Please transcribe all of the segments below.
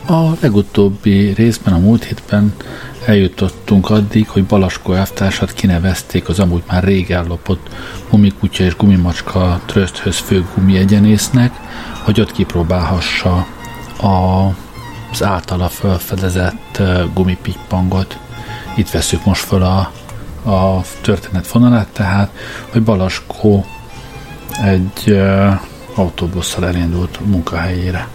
A legutóbbi részben, a múlt hétben eljutottunk addig, hogy Balaskó elvtársat kinevezték az amúgy már rég ellopott gumikutya és gumimacska tröszthöz fő gumiegyenésznek, hogy ott kipróbálhassa az általa felfedezett gumipippangot. Itt vesszük most fel a történet fonalát, tehát, hogy Balaskó egy autóbusszal elindult munkahelyére.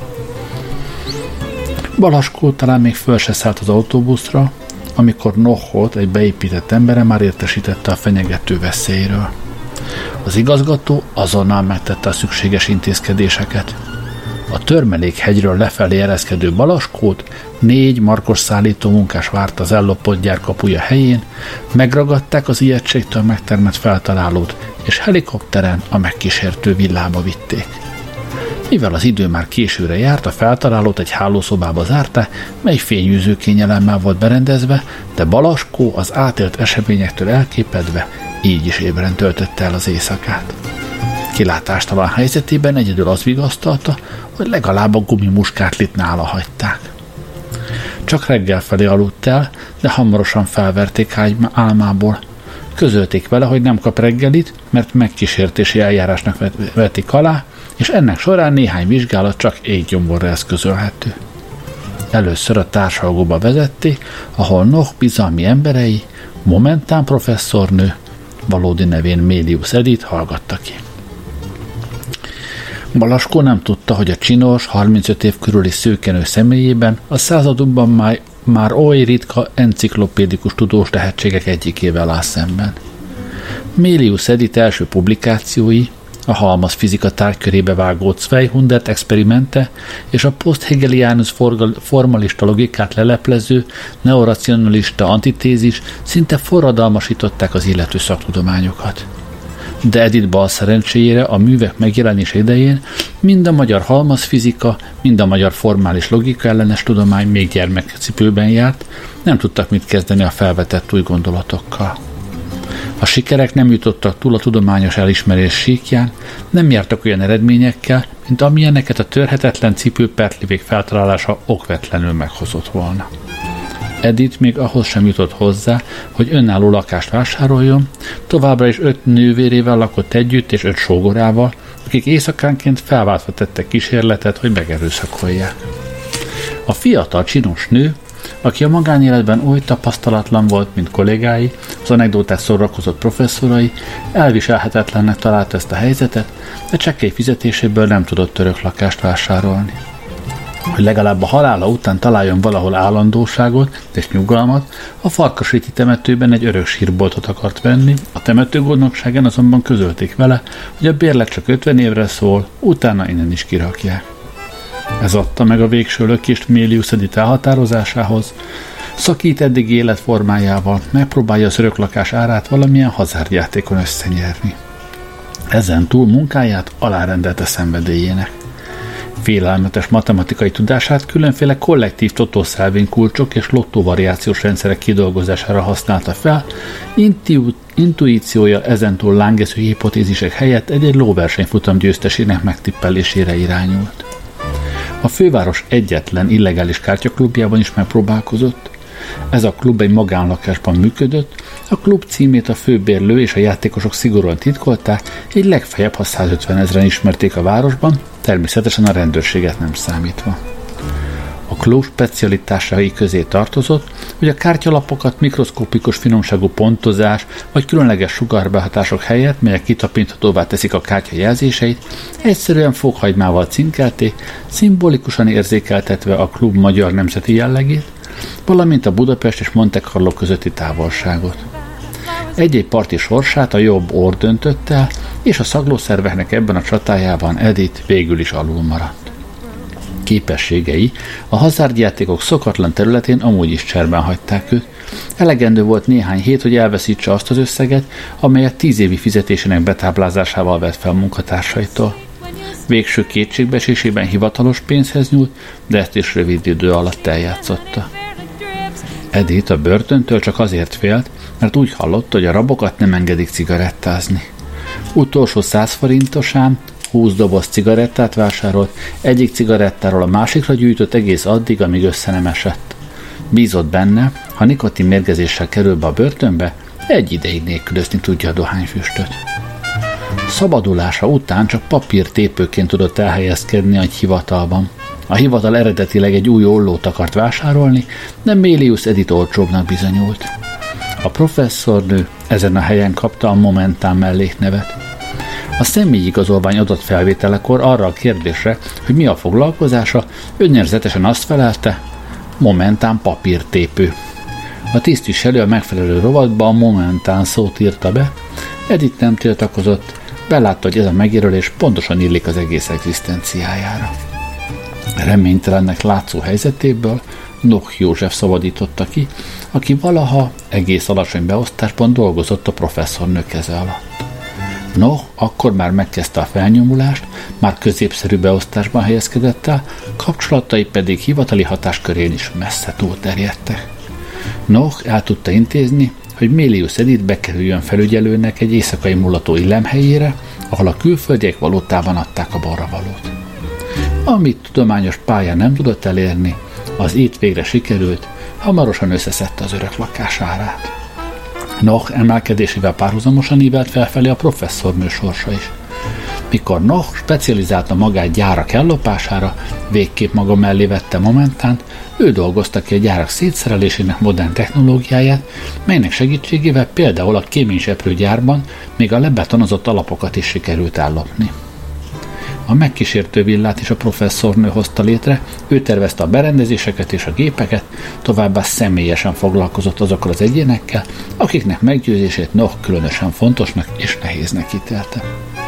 Balaskó talán még föl se szállt az autóbuszra, amikor Nohot, egy beépített embere már értesítette a fenyegető veszélyről. Az igazgató azonnal megtette a szükséges intézkedéseket. A Törmelékhegyről lefelé ereszkedő Balaskót 4 markos szállító munkás várta az ellopott gyár kapuja helyén, megragadták az ijegységtől megtermett feltalálót, és helikopteren a megkísértő villába vitték. Mivel az idő már későre járt, a feltalálót egy hálószobába zárták, mely fényűző kényelemmel volt berendezve, de Balaskó az átélt eseményektől elképedve így is ébren töltötte el az éjszakát. Kilátástalan helyzetében egyedül az vigasztalta, hogy legalább a gumimuskátlit nála hagyták. Csak reggel felé aludt el, de hamarosan felverték álmából. Közölték vele, hogy nem kap reggelit, mert megkísértési eljárásnak vetik alá, és ennek során néhány vizsgálat csak éggyomborra eszközölhető. Először a társalgóba vezették, ahol Noh bizalmi emberei, Momentán professzornő, valódi nevén Mélius Edith hallgatta ki. Balaskó nem tudta, hogy a csinos, 35 év körüli szőkenő személyében a századunkban már oly ritka enciklopédikus tudós tehetségek egyikével áll szemben. Mélius Edith első publikációi, a halmaz fizika tárgykörébe vágó Zweihundert experimente és a post-hegeliánus formalista logikát leleplező neoracionalista antitézis szinte forradalmasították az illető szaktudományokat. De Edith bal szerencséjére a művek megjelenése idején mind a magyar halmazfizika, mind a magyar formális logika ellenes tudomány még gyermekcipőben járt, nem tudtak mit kezdeni a felvetett új gondolatokkal. A sikerek nem jutottak túl a tudományos elismerés síkján, nem jártak olyan eredményekkel, mint amilyeneket a törhetetlen cipőpertlivék feltalálása okvetlenül meghozott volna. Edith még ahhoz sem jutott hozzá, hogy önálló lakást vásároljon, továbbra is 5 nővérével lakott együtt és 5 sógorával, akik éjszakánként felváltva tettek kísérletet, hogy megerőszakolják. A fiatal csinos nő, aki a magánéletben oly tapasztalatlan volt, mint kollégái, az anekdótás szórakozott professzorai, elviselhetetlennek találta ezt a helyzetet, de csekély fizetéséből nem tudott örök lakást vásárolni. Hogy legalább a halála után találjon valahol állandóságot és nyugalmat, a Farkasréti temetőben egy örök sírboltot akart venni, a temetőgondnokságán azonban közölték vele, hogy a bérlet csak 50 évre szól, utána innen is kirakják. Ez adta meg a végső lökést Mélius Edith elhatározásához, szakít eddig életformájával, megpróbálja az öröklakás árát valamilyen hazárdjátékon összenyerni. Ezen túl munkáját alárendelte szenvedélyének. Félelmetes matematikai tudását különféle kollektív totószelvénykulcsok és lottóvariációs rendszerek kidolgozására használta fel, intuíciója ezentúl lángeszű hipotézisek helyett egy lóversenyfutam győztesének megtippelésére irányult. A főváros egyetlen illegális kártyaklubjában is megpróbálkozott. Ez a klub egy magánlakásban működött, a klub címét a főbérlő és a játékosok szigorúan titkolták, így legfeljebb, ha 150 000-en ismerték a városban, természetesen a rendőrséget nem számítva. A klub specialitásai közé tartozott, hogy a kártyalapokat mikroszkópikus finomságú pontozás vagy különleges sugárbehatások helyett, melyek kitapinthatóvá teszik a kártya jelzéseit, egyszerűen fokhagymával cinkelték, szimbolikusan érzékeltetve a klub magyar nemzeti jellegét, valamint a Budapest és Monte Carlo közötti távolságot. Egy-egy parti sorsát a jobb orr döntött el, és a szaglószerveknek ebben a csatájában Edith végül is alul maradt. Képességei a hazárdjátékok szokatlan területén amúgy is cserben hagyták őt. Elegendő volt néhány hét, hogy elveszítse azt az összeget, amelyet 10 évi fizetésének betáblázásával vett fel munkatársaitól. Végső kétségbeesésében hivatalos pénzhez nyúlt, de ezt is rövid idő alatt eljátszotta. Edith a börtöntől csak azért félt, mert úgy hallotta, hogy a rabokat nem engedik cigarettázni. Utolsó 100 forintosán 20 doboz cigarettát vásárolt, egyik cigarettáról a másikra gyűjtött egész addig, amíg össze nem esett. Bízott benne, ha nikotin mérgezéssel kerül be a börtönbe, egy ideig nélkülözni tudja a dohányfüstöt. Szabadulása után csak papírtépőként tudott elhelyezkedni egy hivatalban. A hivatal eredetileg egy új ollót akart vásárolni, de Mélius Edith olcsóbbnak bizonyult. A professzornő ezen a helyen kapta a Momentán melléknevet. A személyigazolvány adott felvételekor arra a kérdésre, hogy mi a foglalkozása, önérzetesen azt felelte, Momentán papírtépő. A tisztviselő a megfelelő rovatba a Momentán szót írta be, Edith nem tiltakozott, belátta, hogy ez a megjelölés pontosan illik az egész egzisztenciájára. Reménytelennek látszó helyzetéből Noch József szabadította ki, aki valaha egész alacsony beosztásban dolgozott a professzornő keze alatt. Noch akkor már megkezdte a felnyomulást, már középszerű beosztásban helyezkedett el, kapcsolatai pedig hivatali hatáskörén is messze túlterjedtek. Noch el tudta intézni, hogy Mélius Edith bekerüljön felügyelőnek egy éjszakai mulató illemhelyére, ahol a külföldiek valótában adták a borravalót. Amit tudományos pályán nem tudott elérni, az itt végre sikerült, hamarosan összeszedte az örök lakásárát. Noch emelkedésével párhuzamosan ívelt felfelé a professzornő sorsa is. Mikor Noch specializálta magát gyárak ellopására, végképp maga mellé vette Momentánt, ő dolgozta ki a gyárak szétszerelésének modern technológiáját, melynek segítségével például a kéményseprőgyárban még a lebetonozott alapokat is sikerült ellopni. A megkísértő villát is a professzornő hozta létre, ő tervezte a berendezéseket és a gépeket, továbbá személyesen foglalkozott azokkal az egyénekkel, akiknek meggyőzését Noch különösen fontosnak és nehéznek ítélte.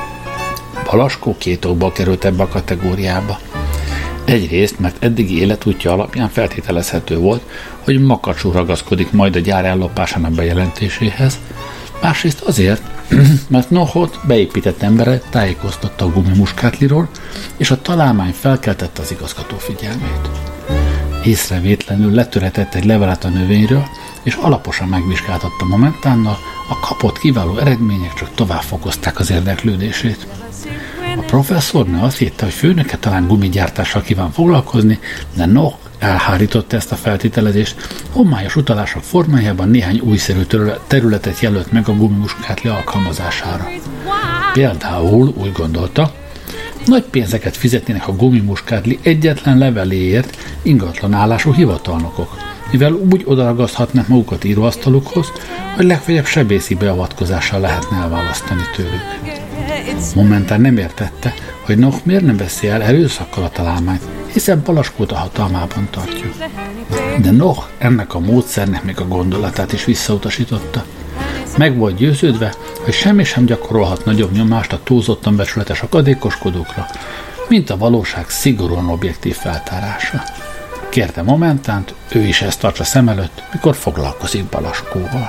Balaskó két okból került ebbe a kategóriába. Egyrészt, mert eddigi életútja alapján feltételezhető volt, hogy makacsul ragaszkodik majd a gyár ellopásának bejelentéséhez, másrészt azért, mert Nochot beépített embere tájékoztatta a gumimuskátliról, és a találmány felkeltette az igazgató figyelmét. Észrevétlenül letöretett egy levelet a növényről, és alaposan megvizsgáltatta Momentánnal, a kapott kiváló eredmények csak tovább fokozták az érdeklődését. A professzornő azt hitte, hogy főnöke talán gumigyártással kíván foglalkozni, de Noch elhárította ezt a feltételezést, homályos utalások formájában néhány újszerű területet jelölt meg a gumimuskátli alkalmazására. Például úgy gondolta, nagy pénzeket fizetnének a gumimuskátli egyetlen leveléért ingatlanállású hivatalnokok, mivel úgy odaragaszthatnak magukat íróasztalukhoz, hogy legfeljebb sebészi beavatkozással lehetne elválasztani tőlük. Momentán nem értette, hogy Noch miért nem veszi el erőszakkal a találmányt, hiszen Balaskót a hatalmában tartja. De Noch ennek a módszernek még a gondolatát is visszautasította. Meg volt győződve, hogy semmi sem gyakorolhat nagyobb nyomást a túlzottan becsületes akadékoskodókra, mint a valóság szigorúan objektív feltárása. Kérte Momentánt, ő is ezt tartsa szem előtt, mikor foglalkozik Balaskóval.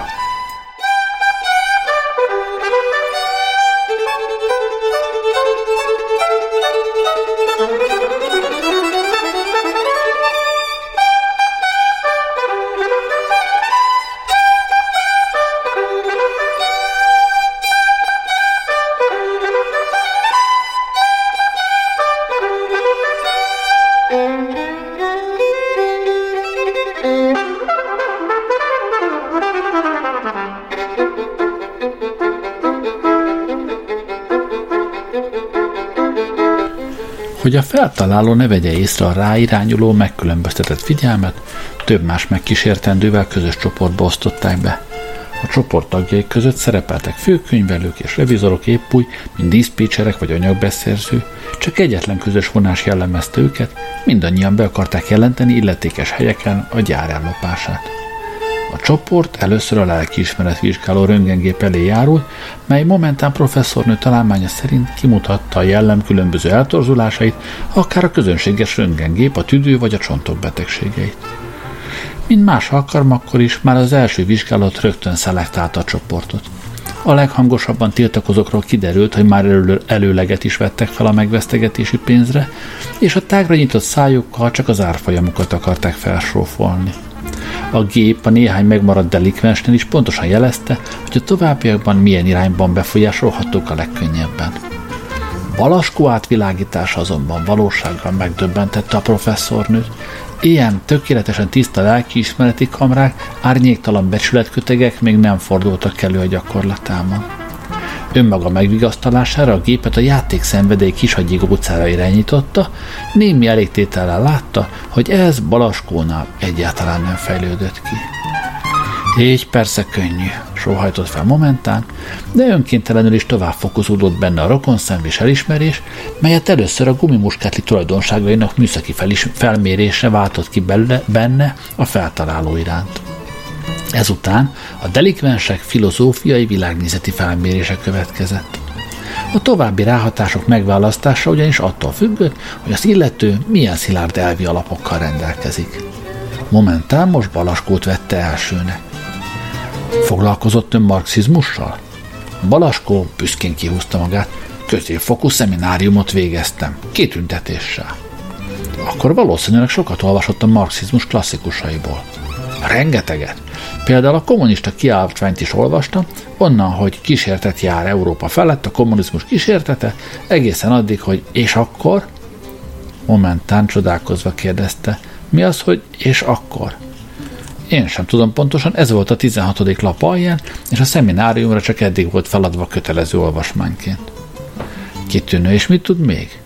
Hogy a feltaláló ne vegye észre a ráirányuló, megkülönböztetett figyelmet, több más megkísértendővel közös csoportba osztották be. A csoport tagjai között szerepeltek főkönyvelők és revizorok épp úgy, mint diszpécserek vagy anyagbeszerző, csak egyetlen közös vonás jellemezte őket, mindannyian be akarták jelenteni illetékes helyeken a gyár ellopását. A csoport először a lelkiismeretvizsgáló röntgengép elé járult, mely Momentán professzornő találmánya szerint kimutatta a jellem különböző eltorzulásait, akár a közönséges röntgengép a tüdő vagy a csontok betegségeit. Mint más alkalmakkor is, már az első vizsgálat rögtön szelektálta a csoportot. A leghangosabban tiltakozókról kiderült, hogy már előleget is vettek fel a megvesztegetési pénzre, és a tágra nyitott szájukkal csak az árfolyamukat akarták felsrófolni. A gép a néhány megmaradt delikvensnél is pontosan jelezte, hogy a továbbiakban milyen irányban befolyásolhatók a legkönnyebben. Balaskó átvilágítása azonban valósággal megdöbbentette a professzornőt. Ilyen tökéletesen tiszta lelkiismereti kamrák, árnyéktalan becsületkötegek még nem fordultak elő a gyakorlatában. Önmaga megvigasztalására a gépet a játékszenvedély Kisagyi utcára irányította, némi elégtétellel látta, hogy ez Balaskónál egyáltalán nem fejlődött ki. Így persze könnyű, sóhajtott fel momentán, de önkéntelenül is tovább fokozódott benne a rokonszenv és elismerés, melyet először a gumimuskátli tulajdonságainak műszaki felmérése váltott ki benne a feltaláló iránt. Ezután a delikvensek filozófiai világnézeti felmérése következett. A további ráhatások megválasztása ugyanis attól függött, hogy az illető milyen szilárd elvi alapokkal rendelkezik. Momentán most Balaskót vette elsőnek. Foglalkozott ön marxizmussal? Balaskó büszkén kihúzta magát. Középfokú szemináriumot végeztem, kitüntetéssel. Akkor valószínűleg sokat olvasott a marxizmus klasszikusaiból. Rengeteget. Például a kommunista kiáltványt is olvastam, onnan, hogy kísértet jár Európa felett, a kommunizmus kísértete, egészen addig, hogy és akkor? Momentán csodálkozva kérdezte, mi az, hogy és akkor? Én sem tudom pontosan, ez volt a 16. lap alján, és a szemináriumra csak eddig volt feladva kötelező olvasmányként. Kitűnő, és mit tud még?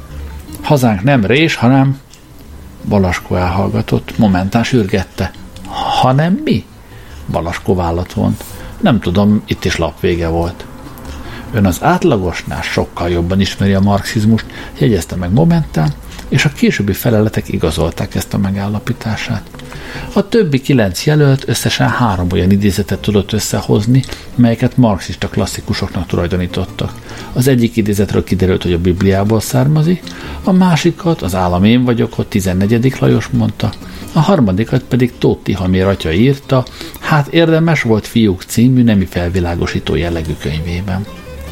Hazánk nem rés, hanem... Balaskó elhallgatott, momentán sürgette. Hanem mi? Balaskó vállat vont. Nem tudom, itt is lapvége volt. Ön az átlagosnál sokkal jobban ismeri a marxizmust, jegyezte meg momentán, és a későbbi feleletek igazolták ezt a megállapítását. A többi 9 jelölt összesen 3 olyan idézetet tudott összehozni, melyeket marxista klasszikusoknak tulajdonítottak. Az egyik idézetről kiderült, hogy a Bibliából származik, a másikat az Állam én vagyok, ott 14. Lajos mondta, a harmadikat pedig Tóth Tihamér atya írta, hát érdemes volt fiúk című nemi felvilágosító jellegű könyvében.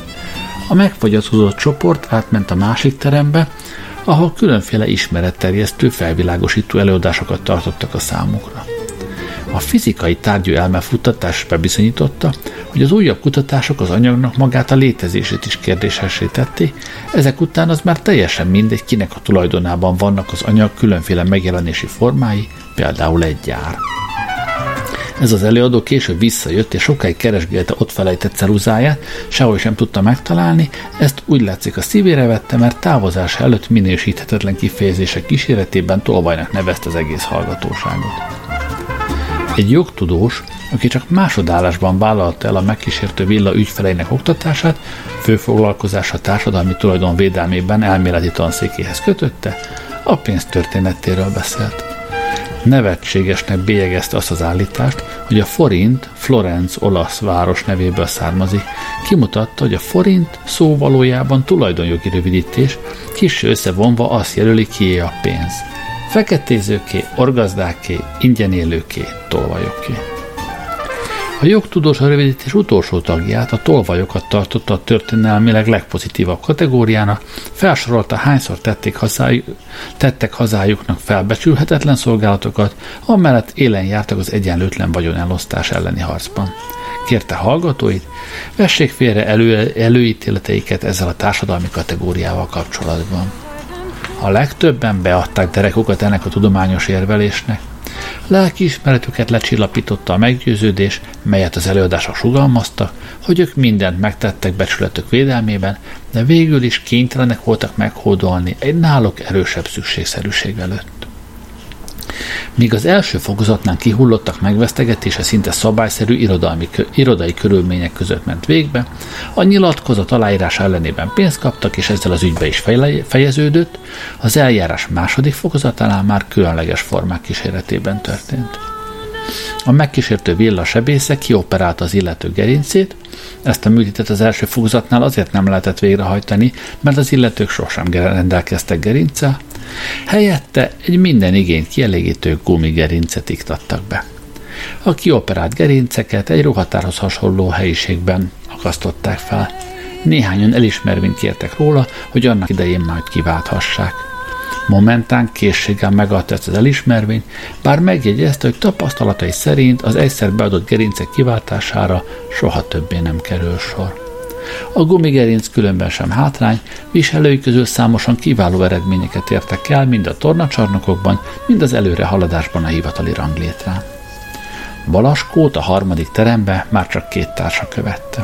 A megfogyatkozott csoport átment a másik terembe, ahol különféle ismeretterjesztő, felvilágosító előadásokat tartottak a számukra. A fizikai tárgyú elmefuttatás bebizonyította, hogy az újabb kutatások az anyagnak magát a létezését is kérdésessé tették, ezek után az már teljesen mindegy, kinek a tulajdonában vannak az anyag különféle megjelenési formái, például egy gyár. Ez az előadó később visszajött, és sokáig keresgélte ott felejtett ceruzáját, sehol sem tudta megtalálni, ezt úgy látszik a szívére vette, mert távozása előtt minősíthetetlen kifejezések kíséretében tolvajnak nevezte az egész hallgatóságot. Egy jogtudós, aki csak másodállásban vállalta el a megkísértő villa ügyfeleinek oktatását, főfoglalkozása társadalmi tulajdon védelmében elméleti tanszékéhez kötötte, a pénztörténetéről beszélt. Nevetségesnek bélyegezte azt az állítást, hogy a forint Florence olasz város nevéből származik. Kimutatta, hogy a forint szó valójában tulajdonjogi rövidítés, kissé összevonva azt jelöli, kié a pénz. Feketézőké, orgazdáké, ingyen élőké, tolvajoké. A jogtudós a rövidítés utolsó tagját, a tolvajokat tartotta a történelmileg legpozitívabb kategóriának, felsorolta, hányszor tettek hazájuknak felbecsülhetetlen szolgálatokat, amellett élen jártak az egyenlőtlen vagyonelosztás elleni harcban. Kérte hallgatóit, vessék félre előítéleteiket ezzel a társadalmi kategóriával kapcsolatban. A legtöbben beadták derekukat ennek a tudományos érvelésnek. Lelkiismeretüket lecsillapította a meggyőződés, melyet az előadások sugalmaztak, hogy ők mindent megtettek becsületük védelmében, de végül is kénytelenek voltak meghódolni egy náluk erősebb szükségszerűség előtt. Míg az első fokozatnál kihullottak megvesztegetése szinte szabályszerű irodai körülmények között ment végbe, a nyilatkozat aláírása ellenében pénzt kaptak, és ezzel az ügybe is fejeződött, az eljárás második fokozatánál már különleges formák kíséretében történt. A megkísértő villa sebésze kioperálta az illető gerincét, ezt a műtétet az első fokozatnál azért nem lehetett végrehajtani, mert az illetők sosem rendelkeztek gerinccel, helyette egy minden igényt kielégítő gumigerincet iktattak be. A kioperált gerinceket egy ruhatárhoz hasonló helyiségben akasztották fel. Néhányan elismervényt kértek róla, hogy annak idején majd kiválthassák. Momentán készséggel megadta ezt az elismervényt, bár megjegyezte, hogy tapasztalatai szerint az egyszer beadott gerincek kiváltására soha többé nem kerül sor. A gumigerinc különben sem hátrány, viselői közül számosan kiváló eredményeket értek el mind a tornacsarnokokban, mind az előrehaladásban a hivatali ranglétrán. Balaskót a 3. terembe már csak 2 társa követte.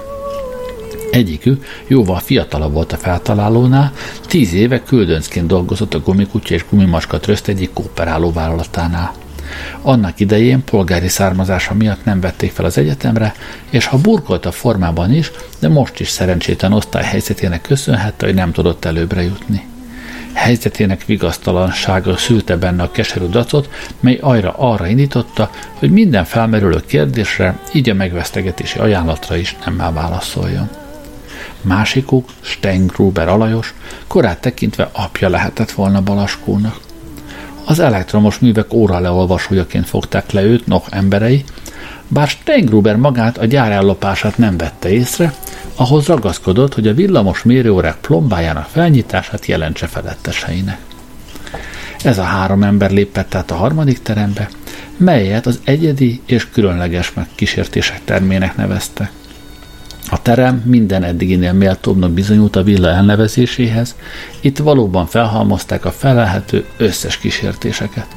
Egyikük jóval fiatalabb volt a feltalálónál, 10 éve küldöncként dolgozott a Gumikutya és Gumimacska Tröszt egyik kooperáló vállalatánál. Annak idején polgári származása miatt nem vették fel az egyetemre, és ha burkolt a formában is, de most is szerencsétlen osztályhelyzetének köszönhette, hogy nem tudott előbbre jutni. Helyzetének vigasztalansága szülte benne a keserű dacot, mely arra indította, hogy minden felmerülő kérdésre, így a megvesztegetési ajánlatra is nemmel válaszoljon. Másikuk, Steingruber Alajos, korát tekintve apja lehetett volna Balaskónak. Az elektromos művek óraleolvasójaként fogták le őt emberei, bár Steingruber magát a gyár ellopását nem vette észre, ahhoz ragaszkodott, hogy a villamos mérőórák plombájának felnyitását jelentse feletteseinek. Ez a 3 ember lépett át a 3. terembe, melyet az egyedi és különleges kísértések termének neveztek. A terem minden eddiginél méltóbbnak bizonyult a villa elnevezéséhez, itt valóban felhalmozták a felelhető összes kísértéseket.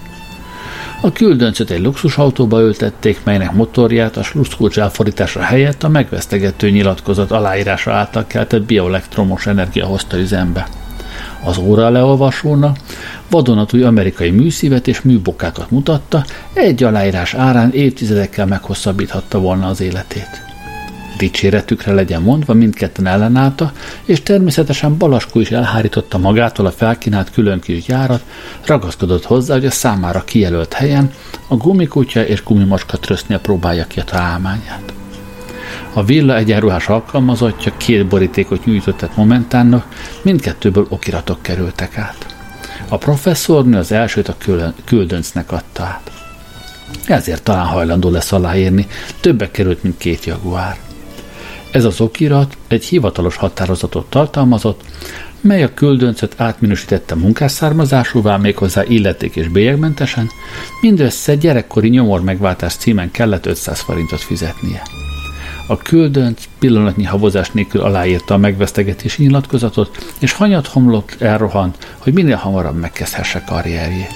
A küldöncöt egy luxusautóba ültették, melynek motorját a sluszkulcs elfordítása helyett a megvesztegető nyilatkozat aláírása által keltett bioelektromos energia hozta üzembe. Az óraleolvasónak vadonatúj amerikai műszívet és műbokákat mutatta, egy aláírás árán évtizedekkel meghosszabbíthatta volna az életét. Dicséretükre legyen mondva, mindketten ellenállta, és természetesen Balaskó is elhárította magától a felkínált külön kis gyárat, ragaszkodott hozzá, hogy a számára kijelölt helyen a Gumikutya és Gumimacska Trösztnél próbálja ki a találmányát. A villa egyenruhás alkalmazottja 2 borítékot nyújtott Momentánnak, mindkettőből okiratok kerültek át. A professzornő az elsőt a küldöncnek adta át. Ezért talán hajlandó lesz aláírni, többek került, mint 2 jaguár. Ez az okirat egy hivatalos határozatot tartalmazott, mely a küldöncöt átminősítette munkásszármazásúvá, méghozzá illeték és bélyegmentesen, mindössze gyerekkori nyomor megváltás címen kellett 500 forintot fizetnie. A küldönc pillanatnyi habozás nélkül aláírta a megvesztegetési nyilatkozatot, és hanyathomlott elrohant, hogy minél hamarabb megkezdhesse karrierjét.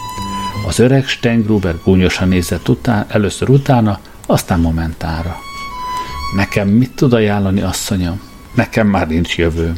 Az öreg Steingruber gúnyosan nézett először utána, aztán Momentánra. Nekem mit tud ajánlani, asszonyom? Nekem már nincs jövőm.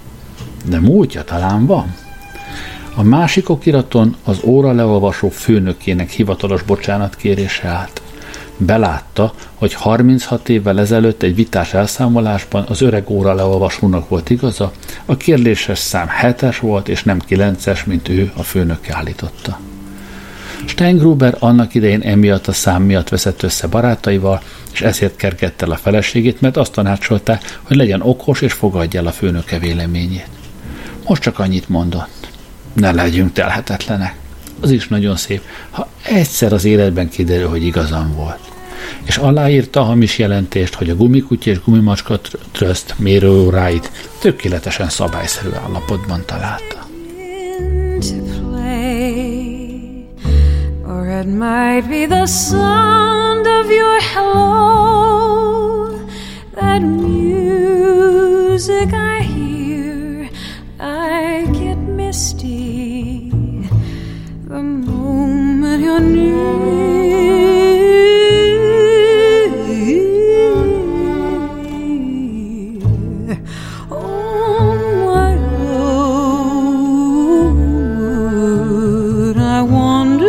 De múltja talán van? A másik okiraton az óraleolvasó főnökének hivatalos bocsánatkérése állt. Belátta, hogy 36 évvel ezelőtt egy vitás elszámolásban az öreg óraleolvasónak volt igaza, a kérdéses szám 7-es volt, és nem 9-es, mint ő a főnök állította. Steingruber annak idején emiatt a szám miatt veszett össze barátaival, és ezért kergette el a feleségét, mert azt tanácsolta, hogy legyen okos és fogadja el a főnöke véleményét. Most csak annyit mondott. Ne legyünk telhetetlenek. Az is nagyon szép, ha egyszer az életben kiderül, hogy igazam volt. És aláírta a hamis jelentést, hogy a Gumikutya és Gumimacska Tröszt mérőóráit tökéletesen szabályszerű állapotban találta. Or it might be the sound of your hello, that music I hear, I get misty the moment you're near. Oh, my Lord, I wander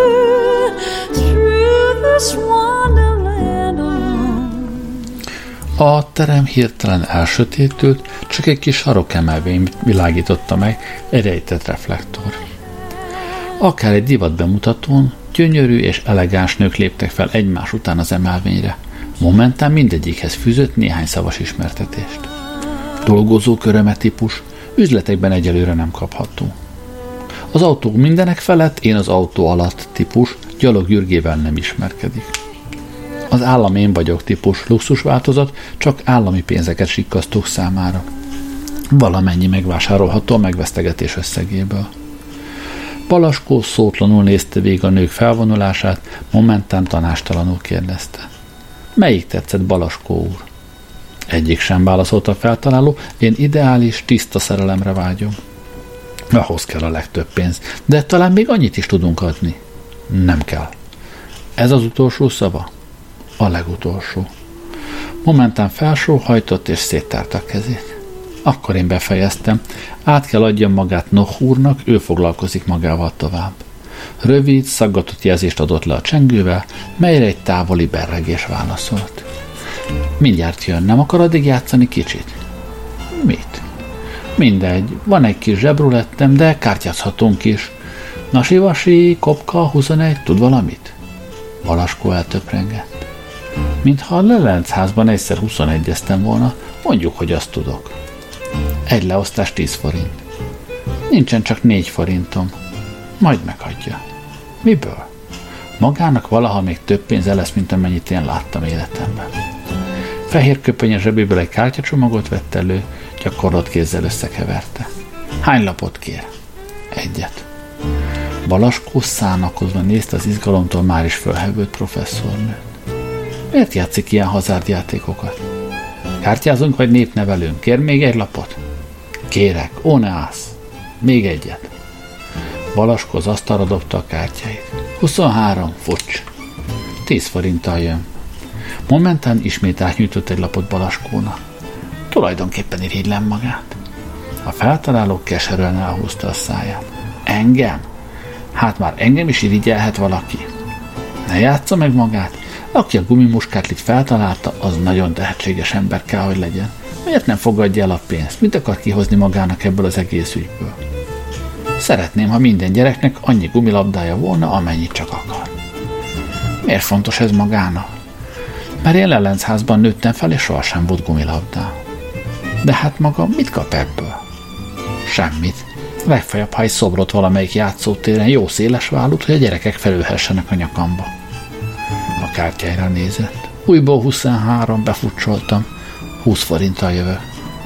A terem hirtelen elsötétült, csak egy kis sarokemelvény világította meg, egy rejtett reflektor. Akár egy divat bemutatón, gyönyörű és elegáns nők léptek fel egymás után az emelvényre. Momentán mindegyikhez fűzött néhány szavas ismertetést. Dolgozó köröme típus, üzletekben egyelőre nem kapható. Az autó mindenek felett, én az autó alatt típus, gyaloggyürgével nem ismerkedik. Az állam én vagyok típus luxusváltozat, csak állami pénzeket sikkasztók számára. Valamennyi megvásárolható a megvesztegetés összegéből. Balaskó szótlanul nézte végig a nők felvonulását, Momentán tanástalanul kérdezte. Melyik tetszett, Balaskó úr? Egyik sem, válaszolta a feltaláló, én ideális, tiszta szerelemre vágyom. Ahhoz kell a legtöbb pénz, de talán még annyit is tudunk adni. Nem kell. Ez az utolsó szava? A legutolsó. Momentán felsóhajtott és széttárta a kezét. Akkor én befejeztem. Át kell adjam magát Noh úrnak, ő foglalkozik magával tovább. Rövid, szaggatott jelzést adott le a csengővel, melyre egy távoli berregés válaszolt. Mindjárt jön, nem akar addig játszani kicsit? Mit? Mindegy, van egy kis zsebrulettem, de kártyázhatunk is. Nasi-vasi, kopka, 21, tud valamit? Balaskó eltöprengett. Mintha a Lelencházban egyszer 21-eztem volna, mondjuk, hogy azt tudok. Egy leosztás 10 forint. Nincsen csak 4 forintom. Majd megadja. Miből? Magának valaha még több pénze lesz, mint amennyit én láttam életemben. Fehér köpenye zsebéből egy kártyacsomagot vett elő, gyakorlott kézzel összekeverte. Hány lapot kér? Egyet. Balaskó szánakozva nézte az izgalomtól már is fölhevült professzornőt. Miért játszik ilyen hazárdjátékokat? Kártyázunk vagy népnevelünk? Kér még egy lapot? Kérek, ó ne állsz. Még egyet. Balaskó az asztalra dobta a kártyáit. 23, fucs. 10 forinttal jön. Momentán ismét átnyújtott egy lapot Balaskónak. Tulajdonképpen irigylem magát. A feltaláló keserűen elhúzta a száját. Engem? Hát már engem is irigyelhet valaki. Ne játsza meg magát. Aki a gumimuskátlit feltalálta, az nagyon tehetséges ember kell, hogy legyen. Miért nem fogadja el a pénzt? Mit akar kihozni magának ebből az egész ügyből? Szeretném, ha minden gyereknek annyi gumilabdája volna, amennyit csak akar. Miért fontos ez magának? Mert én Lelencházban nőttem fel, és sohasem volt gumilabdám. De hát maga mit kap ebből? Semmit. Legfeljebb, ha egy szobrot valamelyik játszótéren, jó széles vállút, hogy a gyerekek felülhessenek a nyakamba. A kártyára nézett. Újból 23, befutcsoltam. 20 forinttal jövök.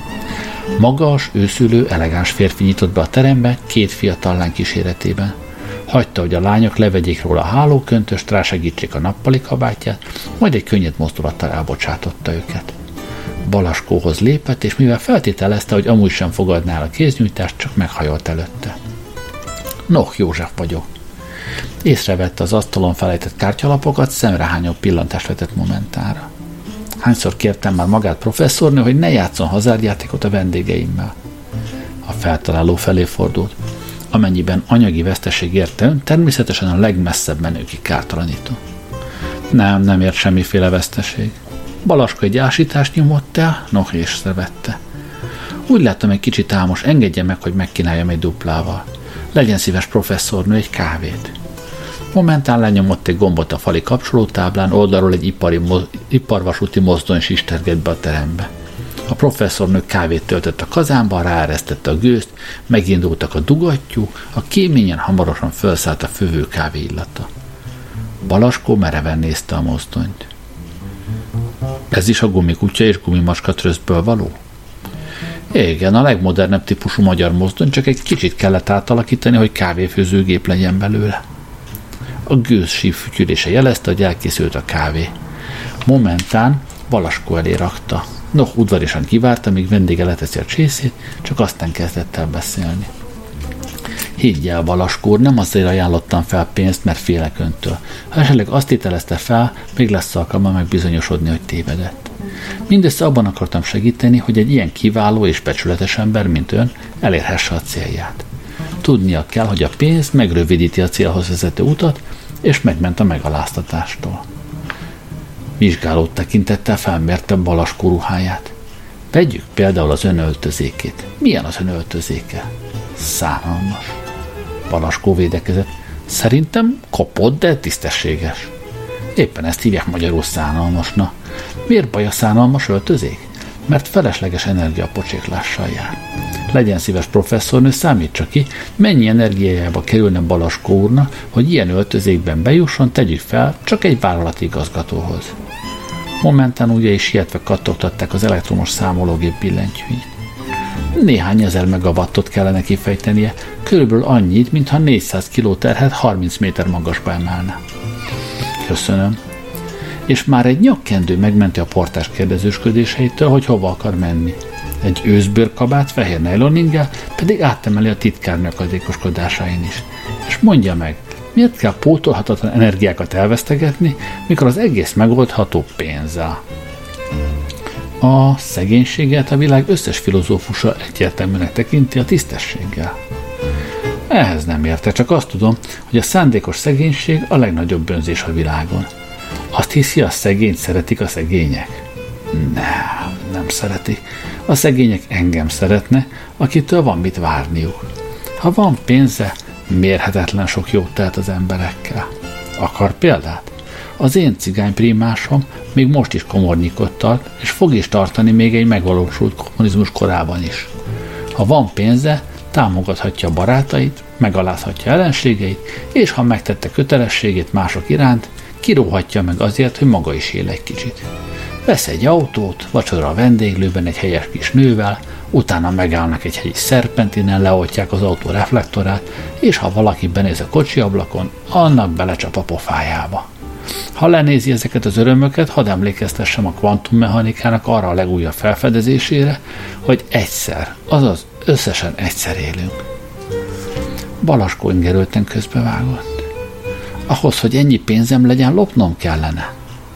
Magas, őszülő, elegáns férfi nyitott be a terembe, 2 fiatal lány kíséretében. Hagyta, hogy a lányok levegyék róla a hálóköntöst, rásegítsék a nappali kabátját, majd egy könnyed mozdulattal elbocsátotta őket. Balaskóhoz lépett, és mivel feltételezte, hogy amúgy sem fogadná el a kéznyújtást, csak meghajolt előtte. Noh, József vagyok. Észrevette az asztalon felejtett kártyalapokat, szemrehányó pillantást vetett momentára. Hányszor kértem már magát professzornő, hogy ne játszon hazárdjátékot a vendégeimmel? A feltaláló felé fordult. Amennyiben anyagi veszteség érte ön, természetesen a legmesszebb menőkig kártalanító. Nem ért semmiféle veszteség. Balaskó egy ásítást nyomott el, Noh észrevette. Úgy láttam, egy kicsit álmos, engedje meg, hogy megkínáljam egy duplával. Legyen szíves professzornő, egy kávét. Momentán lenyomott egy gombot a fali kapcsolótáblán, oldalról egy iparvasúti mozdony sistergett be a terembe. A professzornő kávét töltött a kazánba, ráeresztette a gőzt, megindultak a dugattyú, a kéményen hamarosan felszállt a fővő kávé illata. Balaskó mereven nézte a mozdonyt. Ez is a gumikutya és gumimacska trösztből való? Igen, a legmodernebb típusú magyar mozdony, csak egy kicsit kellett átalakítani, hogy kávéfőzőgép legyen belőle. A gőz sív fütyülése jelezte, hogy elkészült a kávé. Momentán Balaskó elé rakta. Noh udvariasan kivárta, míg vendége leteszi a csészét, csak aztán kezdett el beszélni. Higgy el, Balaskó, nem azért ajánlottam fel pénzt, mert félek öntől. Ha esetleg azt tételezte fel, még lesz alkalma megbizonyosodni, hogy tévedett. Mindössze abban akartam segíteni, hogy egy ilyen kiváló és becsületes ember, mint ön, elérhesse a célját. Tudnia kell, hogy a pénz megrövidíti a célhoz vezető utat, és megment a megaláztatástól. Vizsgáló tekintettel felmérte Balaskó ruháját. Vegyük például az ön öltözékét. Milyen az ön öltözéke? Szánalmas. Balaskó védekezett. Szerintem kopott, de tisztességes. Éppen ezt hívják magyarul szánalmasnak. Miért baj a szánalmas öltözék? Mert felesleges energiapocséklással jár. Legyen szíves professzornő, számítsa ki, mennyi energiájába kerülne Balaskó úrnak, hogy ilyen öltözékben bejusson, tegyük fel, csak egy vállalati igazgatóhoz. Momentán ugye is sietve kattogtatták az elektromos számológép billentyűjét. Néhány ezer megawattot kellene kifejtenie, körülbelül annyit, mintha 400 kiló terhet 30 méter magasba emelne. Köszönöm. és már egy nyakkendő megmenti a portás kérdezősködéseitől, hogy hova akar menni. Egy őszbőrkabát fehér nejloninggel pedig áttemeli a titkárnő akadékoskodásain is. És mondja meg, miért kell pótolhatatlan energiákat elvesztegetni, mikor az egész megoldható pénzzel? A szegénységet a világ összes filozófusa egyértelműnek tekinti a tisztességgel. Ehhez nem értek, csak azt tudom, hogy a szándékos szegénység a legnagyobb bűnzés a világon. Azt hiszi, a szegényt szeretik a szegények? Nem szeretik. A szegények engem szeretne, akitől van mit várniuk. Ha van pénze, mérhetetlen sok jót tehet az emberekkel. Akar példát? Az én cigányprímásom még most is komornyikot tart, és fog is tartani még egy megvalósult kommunizmus korában is. Ha van pénze, támogathatja a barátait, megalázhatja ellenségeit, és ha megtette kötelességét mások iránt, kiróhatja meg azért, hogy maga is él egy kicsit. Vesz egy autót, vacsora a vendéglőben egy helyes kis nővel, utána megállnak egy helyi szerpentinen, leoltják az autó reflektorát, és ha valaki benéz a kocsi ablakon, annak belecsap a pofájába. Ha lenézi ezeket az örömöket, hadd emlékeztessem a kvantummechanikának arra a legújabb felfedezésére, hogy egyszer, azaz összesen egyszer élünk. Balaskó ingerülten közbevágott. Ahhoz, hogy ennyi pénzem legyen, lopnom kellene.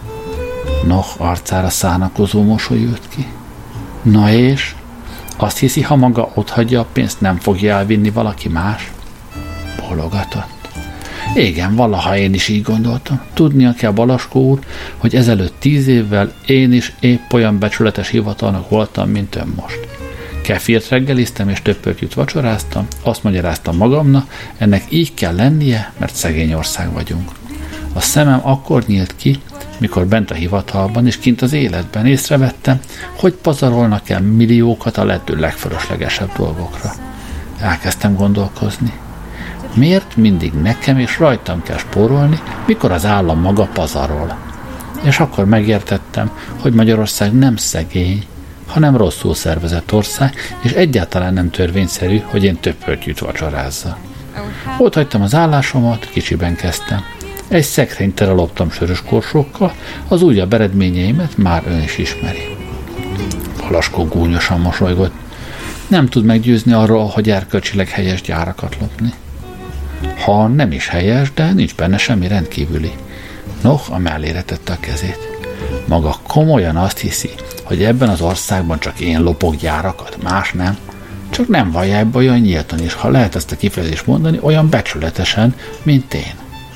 Noh, arcára szánakozó mosoly jött ki. Na és? Azt hiszi, ha maga otthagyja a pénzt, nem fogja elvinni valaki más? Bologatott. Igen, valaha én is így gondoltam. Tudnia kell, Balaskó úr, hogy ezelőtt 10 évvel én is épp olyan becsületes hivatalnok voltam, mint ön most. Kefírt reggeliztem és több pörtyűt vacsoráztam, azt magyaráztam magamnak, ennek így kell lennie, mert szegény ország vagyunk. A szemem akkor nyílt ki, mikor bent a hivatalban és kint az életben észrevettem, hogy pazarolnak el milliókat a lehető legfölöslegesebb dolgokra. Elkezdtem gondolkozni. Miért mindig nekem és rajtam kell spórolni, mikor az állam maga pazarol? És akkor megértettem, hogy Magyarország nem szegény, hanem rosszul szervezett ország, és egyáltalán nem törvényszerű, hogy én több pörtyűt vacsorázzak. Ott hagytam az állásomat, kicsiben kezdtem. Egy szekrényt tele loptam sörös korsókkal, az újabb eredményeimet már ön is ismeri. Balaskó gúnyosan mosolygott. Nem tud meggyőzni arról, hogy erkölcsileg helyes gyárakat lopni. Ha nem is helyes, de nincs benne semmi rendkívüli. Noh, a mellére tette a kezét. Maga komolyan azt hiszi, hogy ebben az országban csak én lopok gyárakat, más nem? Csak nem vallja ebbe olyan nyíltan, és ha lehet ezt a kifejezést mondani, olyan becsületesen, mint én.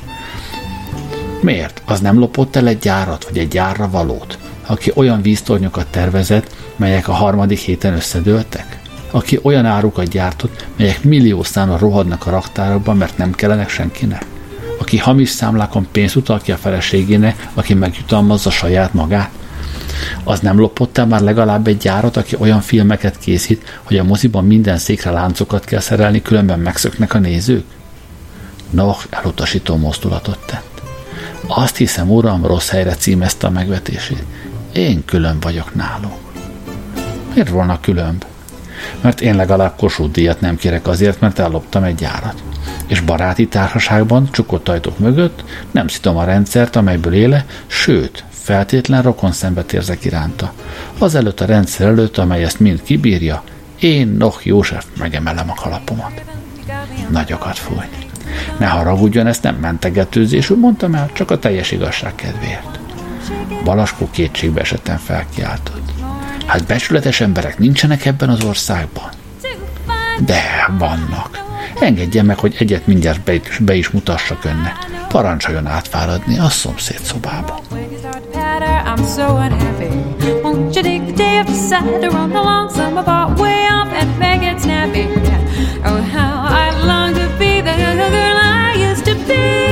Miért? Az nem lopott el egy gyárat, vagy egy gyárra valót? Aki olyan víztornyokat tervezett, melyek a 3. héten összedőltek? Aki olyan árukat gyártott, melyek milliószámra rohadnak a raktárokban, mert nem kellenek senkinek? Aki hamis számlákon pénzt utal ki a feleségének, aki megjutalmazza saját magát? Az nem lopott el már legalább egy gyárat, aki olyan filmeket készít, hogy a moziban minden székre láncokat kell szerelni, különben megszöknek a nézők? Noh, elutasító mozdulatot tett. Azt hiszem, uram, rossz helyre címezte a megvetését. Én külön vagyok nálunk. Miért volna különb? Mert én legalább Kossuth díjat nem kérek azért, mert elloptam egy gyárat. És baráti társaságban, csukott ajtók mögött nem szitom a rendszert, amelyből éle, sőt, feltétlen rokonszenvet érzek iránta. Azelőtt a rendszer előtt, amely ezt mind kibírja, én, Noh József, megemelem a kalapomat. Nagyokat fújt. Ne haragudjon, ezt nem mentegetőzésül mondtam el, csak a teljes igazság kedvéért. Balaskó kétségbe esetten felkiáltott. Hát becsületes emberek nincsenek ebben az országban? De vannak. Engedje meg, hogy egyet mindjárt be is mutassak önnek. Parancsoljon átfáradni a szomszéd szobába. I'm so unhappy. Won't you take the day off the side to run along some of our way off and make it snappy? Oh, how I long to be the girl I used to be.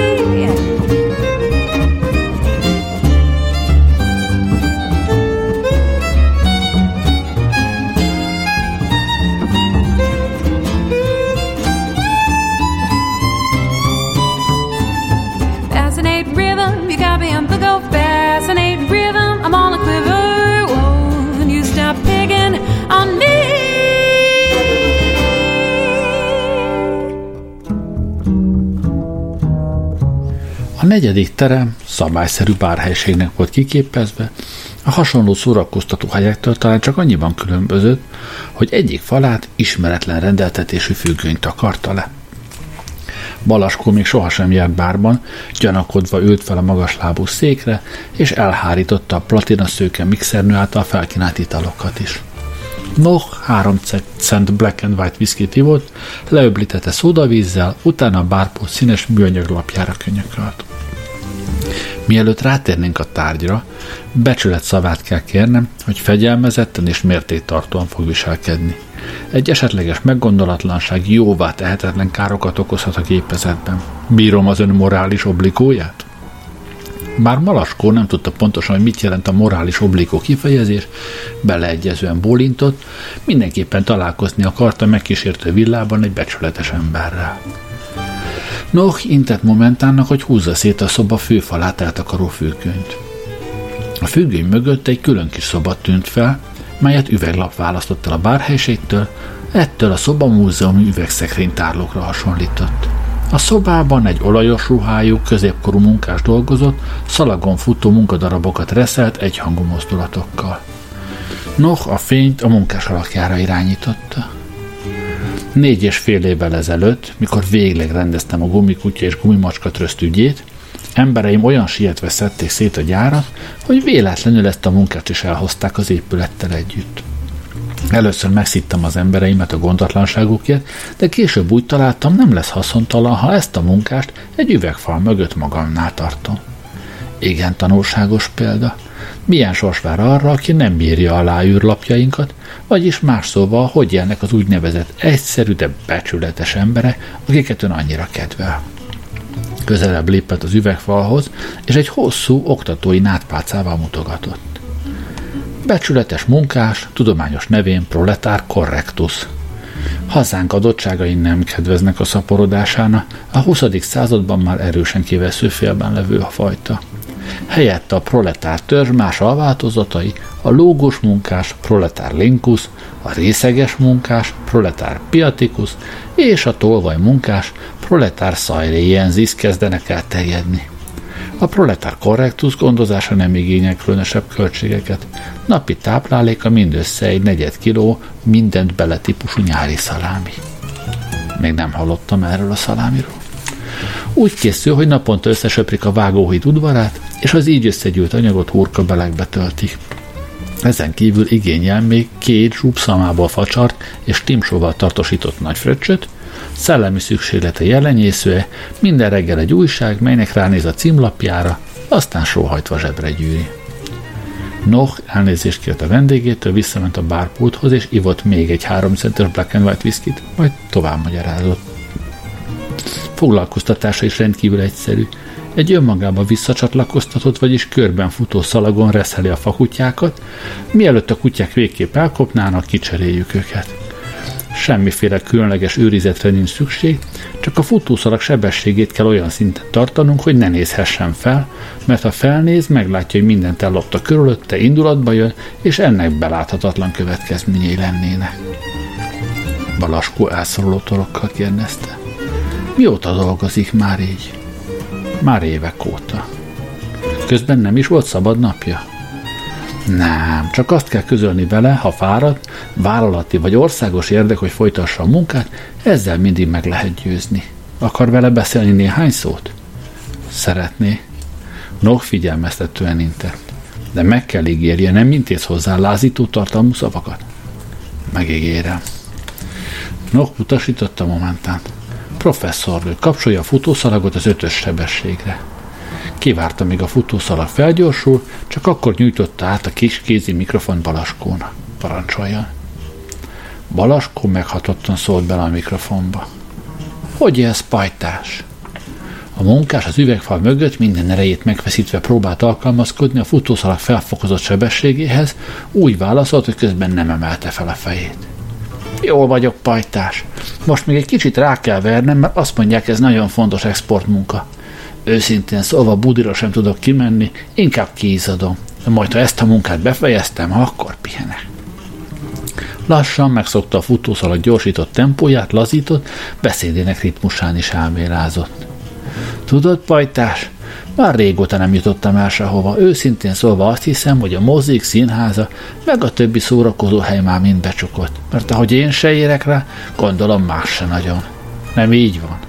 Fascinate rhythm, you got me on the go. Fascinate rhythm, I'm on a quiver. Won't you stop picking on me? A negyedik terem szabályszerű bárhelységnek volt kiképezve, a hasonló szórakoztató helyektől talán csak annyiban különbözött, hogy egyik falát ismeretlen rendeltetésű függöny takarta le. Balaskó még sohasem járt bárban, gyanakodva ült fel a magaslábú székre, és elhárította a platina szőke mixernő által felkínált italokat is. Noh 3 cent Black and White whiskyt ivott, leöblítette szódavízzel, utána a bárpult színes műanyag lapjára könyökölt. Mielőtt rátérnénk a tárgyra, becsület szavát kell kérnem, hogy fegyelmezetten és mértéktartóan fog viselkedni. Egy esetleges meggondolatlanság jóvá tehetetlen károkat okozhat a gépezetben. Bírom az ön morális obligóját? Bár Balaskó nem tudta pontosan, hogy mit jelent a morális obligó kifejezés, beleegyezően bólintott, mindenképpen találkozni akarta megkísértő villában egy becsületes emberrel. Noh intett Momentánnak, hogy húzza szét a szoba főfalát eltakaró függönyt. A függöny mögött egy külön kis szoba tűnt fel, melyet üveglap választott el a bárhelységtől, ettől a szoba múzeumi üvegszekrénytárlókra hasonlított. A szobában egy olajos ruhájú, középkorú munkás dolgozott, szalagon futó munkadarabokat reszelt egyhangú mozdulatokkal. Noh a fényt a munkás alakjára irányította. 4,5 évvel ezelőtt, mikor végleg rendeztem a gumikutya és gumimacska tröszt ügyét, embereim olyan sietve szedték szét a gyárat, hogy véletlenül ezt a munkát is elhozták az épülettel együtt. Először megszittem az embereimet a gondatlanságukért, de később úgy találtam, nem lesz haszontalan, ha ezt a munkást egy üvegfal mögött magamnál tartom. Igen tanulságos példa. Milyen sors vár arra, aki nem bírja alá űrlapjainkat, vagyis más szóval, hogy élnek az úgynevezett egyszerű, de becsületes emberek, akiket ön annyira kedvel. Közelebb lépett az üvegfalhoz, és egy hosszú oktatói nádpálcával mutogatott. Becsületes munkás, tudományos nevén proletár correctus. Hazánk adottságai nem kedveznek a szaporodásának, a 20. században már erősen kivesző félben levő a fajta. Helyette a proletár törzs más alváltozatai, a lógós munkás, proletár lincus, a részeges munkás, proletár piaticus és a tolvaj munkás, proletár szajréjensis kezdenek el terjedni. A proletár correctus gondozása nem igényel különösebb költségeket. Napi tápláléka mindössze egy 4 kiló mindent bele típusú nyári szalámi. Még nem hallottam erről a szalámiról. Úgy készül, hogy naponta összesöprik a vágóhíd udvarát, és az így összegyűlt anyagot hurkabelegbe töltik. Ezen kívül igényel még 2 zsúpszamából facsart és timsóval tartósított nagy fröccsöt, szellemi szükséglete jelenyészője, minden reggel egy újság, melynek ránéz a címlapjára, aztán sóhajtva zsebre gyűri. Noh elnézést kért a vendégétől, visszament a bárpulthoz, és ivott még egy 3 centes Black and White whiskyt, majd tovább magyarázott. Foglalkoztatása is rendkívül egyszerű. Egy önmagába visszacsatlakoztatott, vagyis körben futó szalagon reszeli a fakutyákat, mielőtt a kutyák végképp elkopnának, kicseréljük őket. Semmiféle különleges őrizetre nincs szükség, csak a futószalag sebességét kell olyan szinten tartanunk, hogy ne nézhessen fel, mert ha felnéz, meglátja, hogy mindent ellopta körülötte, indulatba jön, és ennek beláthatatlan következményei lennének. Balaskó elszoruló torokkal kérdezte. Mióta dolgozik már így? Már évek óta. Közben nem is volt szabad napja? Nem, csak azt kell közölni vele, ha fáradt, vállalati vagy országos érdek, hogy folytassa a munkát, ezzel mindig meg lehet győzni. Akar vele beszélni néhány szót? Szeretné. Noh figyelmeztetően intett. De meg kell ígérje, nem intéz hozzá lázító tartalmú szavakat. Megígérem. Noh utasította Momentánt. Professzornő, kapcsolja a futószalagot az 5-ös sebességre. Kivárta, míg a futószalag felgyorsul, csak akkor nyújtotta át a kis kézi mikrofont Balaskónak. Parancsoljon. Balaskó meghatottan szólt bele a mikrofonba. Hogy élsz, pajtás? A munkás az üvegfal mögött minden erejét megfeszítve próbált alkalmazkodni a futószalag felfokozott sebességéhez, úgy válaszolt, hogy közben nem emelte fel a fejét. Jól vagyok, pajtás. Most még egy kicsit rá kell vernem, mert azt mondják, ez nagyon fontos exportmunka. Őszintén szólva Budira sem tudok kimenni, inkább kiizzadom. De majd, ha ezt a munkát befejeztem, akkor pihenek. Lassan megszokta a futószalag gyorsított tempóját, lazított, beszédének ritmusán is elmélázott. Tudod, pajtás, Már régóta nem jutottam el sehova. Őszintén szólva azt hiszem, hogy a mozik, színháza, meg a többi szórakozó hely már mind becsukott. Mert ahogy én se érek rá, gondolom más se nagyon. Nem így van?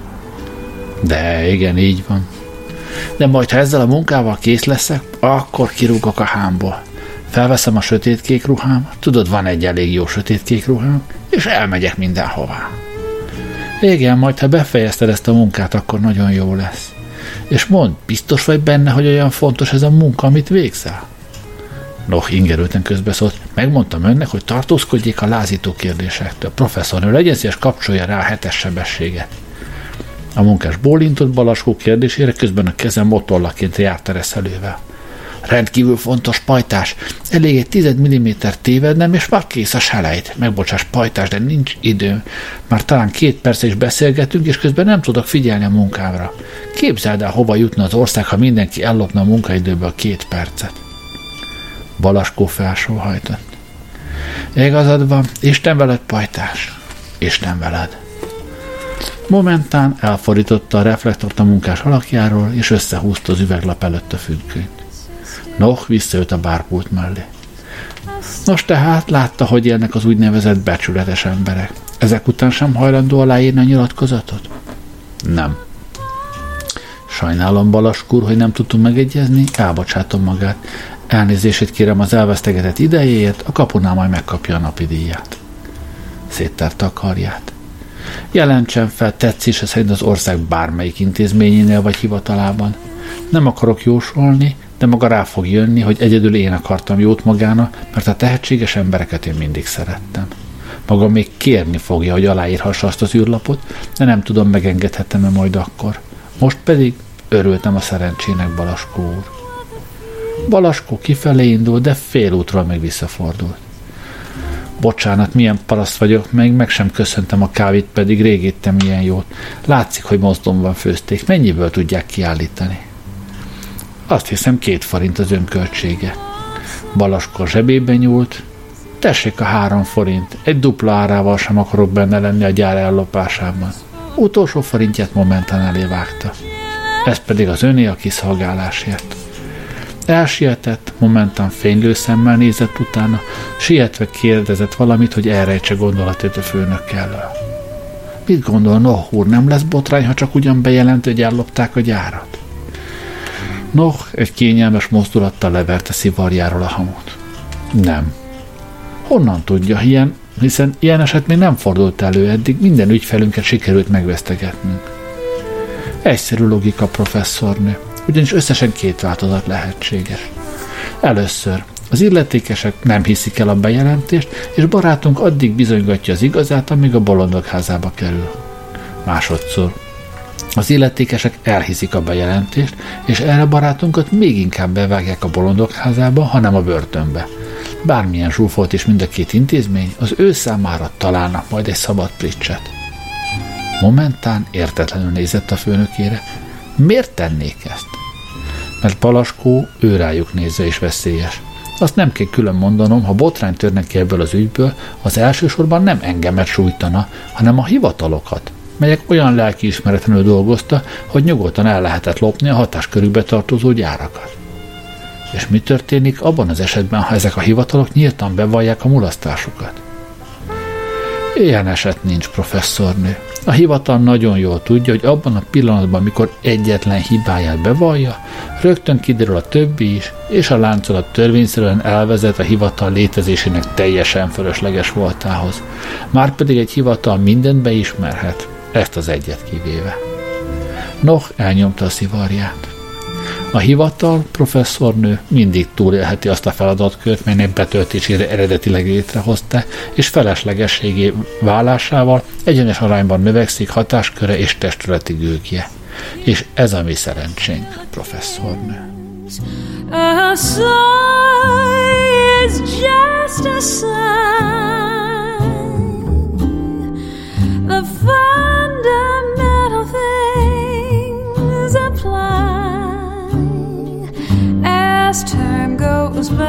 De igen, így van. De majd, ha ezzel a munkával kész leszek, akkor kirúgok a hámból. Felveszem a sötétkék ruhám, tudod, van egy elég jó sötétkék ruhám, és elmegyek mindenhová. Igen, majd ha befejezted ezt a munkát, akkor nagyon jó lesz. És mondd, biztos vagy benne, hogy olyan fontos ez a munka, amit végzel? Ingerülten közbeszólt, megmondtam önnek, hogy tartózkodjék a lázító kérdésektől. Professzornő, legyen szíves, kapcsolja rá a 7-es sebességet. A munkás bólintott Balaskó kérdésére, közben a kezem motollaként járt reszelővel. Rendkívül fontos, pajtás. Elég egy 10 mm tévednem, és már kész a selejt. Megbocsáss, pajtás, de nincs időm. Már talán 2 perc is beszélgetünk, és közben nem tudok figyelni a munkámra. Képzeld el, hova jutna az ország, ha mindenki ellopna a munkaidőből 2 percet. Balaskó felsóhajtott. Igazad van, Isten veled, pajtás. Isten veled. Momentán elfordította a reflektort a munkás alakjáról, és összehúzta az üveglap előtt a függönyt. Visszajött a bárpult mellé. Nos, tehát látta, hogy élnek az úgynevezett becsületes emberek. Ezek után sem hajlandó aláírni a nyilatkozatot? Nem. Sajnálom, Balaskúr, hogy nem tudtunk megegyezni, elbocsátom magát. Elnézését kérem az elvesztegetett idejéért, a kapunál majd megkapja a napi díját. Széttárta a karját. Jelentsen fel tetszése szerint az ország bármelyik intézményénél vagy hivatalában. Nem akarok jósolni, de maga rá fog jönni, hogy egyedül én akartam jót magának, mert a tehetséges embereket én mindig szerettem. Maga még kérni fogja, hogy aláírhassa azt az űrlapot, de nem tudom, megengedhetem-e majd akkor. Most pedig örültem a szerencsének, Balaskó úr. Balaskó kifelé indult, de fél útról még visszafordult. Bocsánat, milyen paraszt vagyok, meg sem köszöntem a kávét, pedig rég ettem ilyen jót. Látszik, hogy mozdonyban főzték. Mennyiből tudják kiállítani? Azt hiszem 2 forint az önköltsége. Balaskó zsebébe nyúlt. Tessék a 3 forint. Egy dupla árával sem akarok benne lenni a gyár ellopásában. Utolsó forintját momentán elévágta. Ez pedig az öné a kiszolgálásért. Elsietett, momentán fénylő szemmel nézett utána, sietve kérdezett valamit, hogy elrejtse gondolatét a főnök elől. Mit gondol, úr, nem lesz botrány, ha csak ugyan bejelent, hogy ellopták a gyárat? Egy kényelmes mozdulattal leverte szivarjáról a hamut. Nem. Honnan tudja, hiszen ilyen eset még nem fordult elő eddig, minden ügyfelünket sikerült megvesztegetnünk. Egyszerű logika, professzornő, ugyanis összesen 2 változat lehetséges. Először az illetékesek nem hiszik el a bejelentést, és barátunk addig bizonygatja az igazát, amíg a bolondok házába kerül. Másodszor az illetékesek elhiszik a bejelentést, és erre barátunkat még inkább bevágják a bolondok házába, hanem a börtönbe. Bármilyen zsúfolt is mind a 2 intézmény, az ő számára találnak majd egy szabad pricset. Momentán értetlenül nézett a főnökére. Miért tennék ezt? Mert Balaskó ő rájuk nézve is veszélyes. Azt nem kell külön mondanom, ha botrány törnek ki ebből az ügyből, az elsősorban nem engemet sújtana, hanem a hivatalokat, melyek olyan lelkiismeretlenül dolgozta, hogy nyugodtan el lehetett lopni a hatáskörükbe tartozó gyárakat. És mi történik abban az esetben, ha ezek a hivatalok nyíltan bevallják a mulasztásukat? Ilyen eset nincs, professzornő. A hivatal nagyon jól tudja, hogy abban a pillanatban, amikor egyetlen hibáját bevallja, rögtön kiderül a többi is, és a láncolat törvényszerűen elvezet a hivatal létezésének teljesen fölösleges voltához. Márpedig egy hivatal mindent beismerhet, ezt az egyet kivéve. Elnyomta a szivarját. A hivatal, professzornő mindig túlélheti azt a feladatkört, melynek betöltésére eredetileg létrehozta, és feleslegességé válásával egyenes arányban növekszik hatásköre és testületi gőgje. És ez a mi szerencsénk, professzornő. A sigh is just a sigh. The fundamental things apply. As time goes by,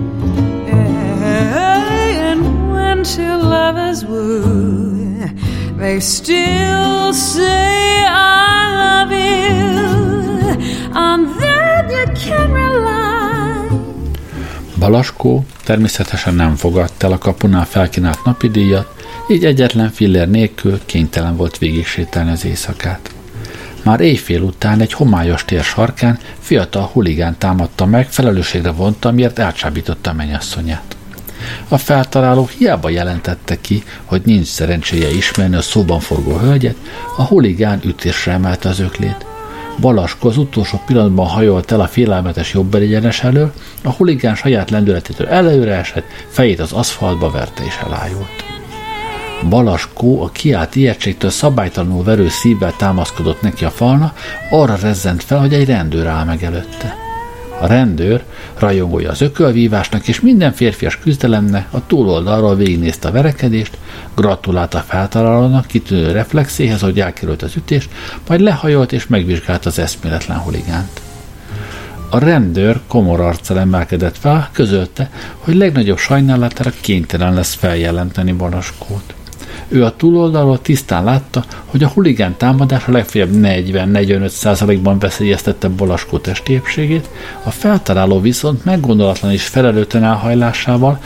and when two lovers woo, they still say I love you, and then you can rely. Balaskó természetesen nem fogadta el a kapunál felkínált napidíjat, így egyetlen fillér nélkül kénytelen volt végig sétálni az éjszakát. Már éjfél után egy homályos tér sarkán fiatal huligán támadta meg, felelősségre vonta, miért elcsábította a mennyasszonyát. A feltaláló hiába jelentette ki, hogy nincs szerencséje ismerni a szóban forgó hölgyet, a huligán ütésre emelte az öklét. Balaskó az utolsó pillanatban hajolt el a félelmetes jobbeligyenes elől, a huligán saját lendületétől előre esett, fejét az aszfaltba verte és elájult. Balaskó a kiált ijegységtől szabálytalanul verő szívvel támaszkodott neki a falna, arra rezzent fel, hogy egy rendőr áll meg előtte. A rendőr, rajongója az ökölvívásnak és minden férfias küzdelemnek, a túloldalról végignézte a verekedést, gratulált a feltalálónak kitűnő reflexéhez, hogy elkerült az ütést, majd lehajolt és megvizsgált az eszméletlen huligánt. A rendőr komor arccal emelkedett fel, közölte, hogy legnagyobb sajnálatára kénytelen lesz feljelenteni Balaskót. Ő a túloldalról tisztán látta, hogy a huligán támadása legfeljebb 40-45%-ban veszélyeztette Balaskó testi épségét, a feltaláló viszont meggondolatlan és felelőtlen elhajlásával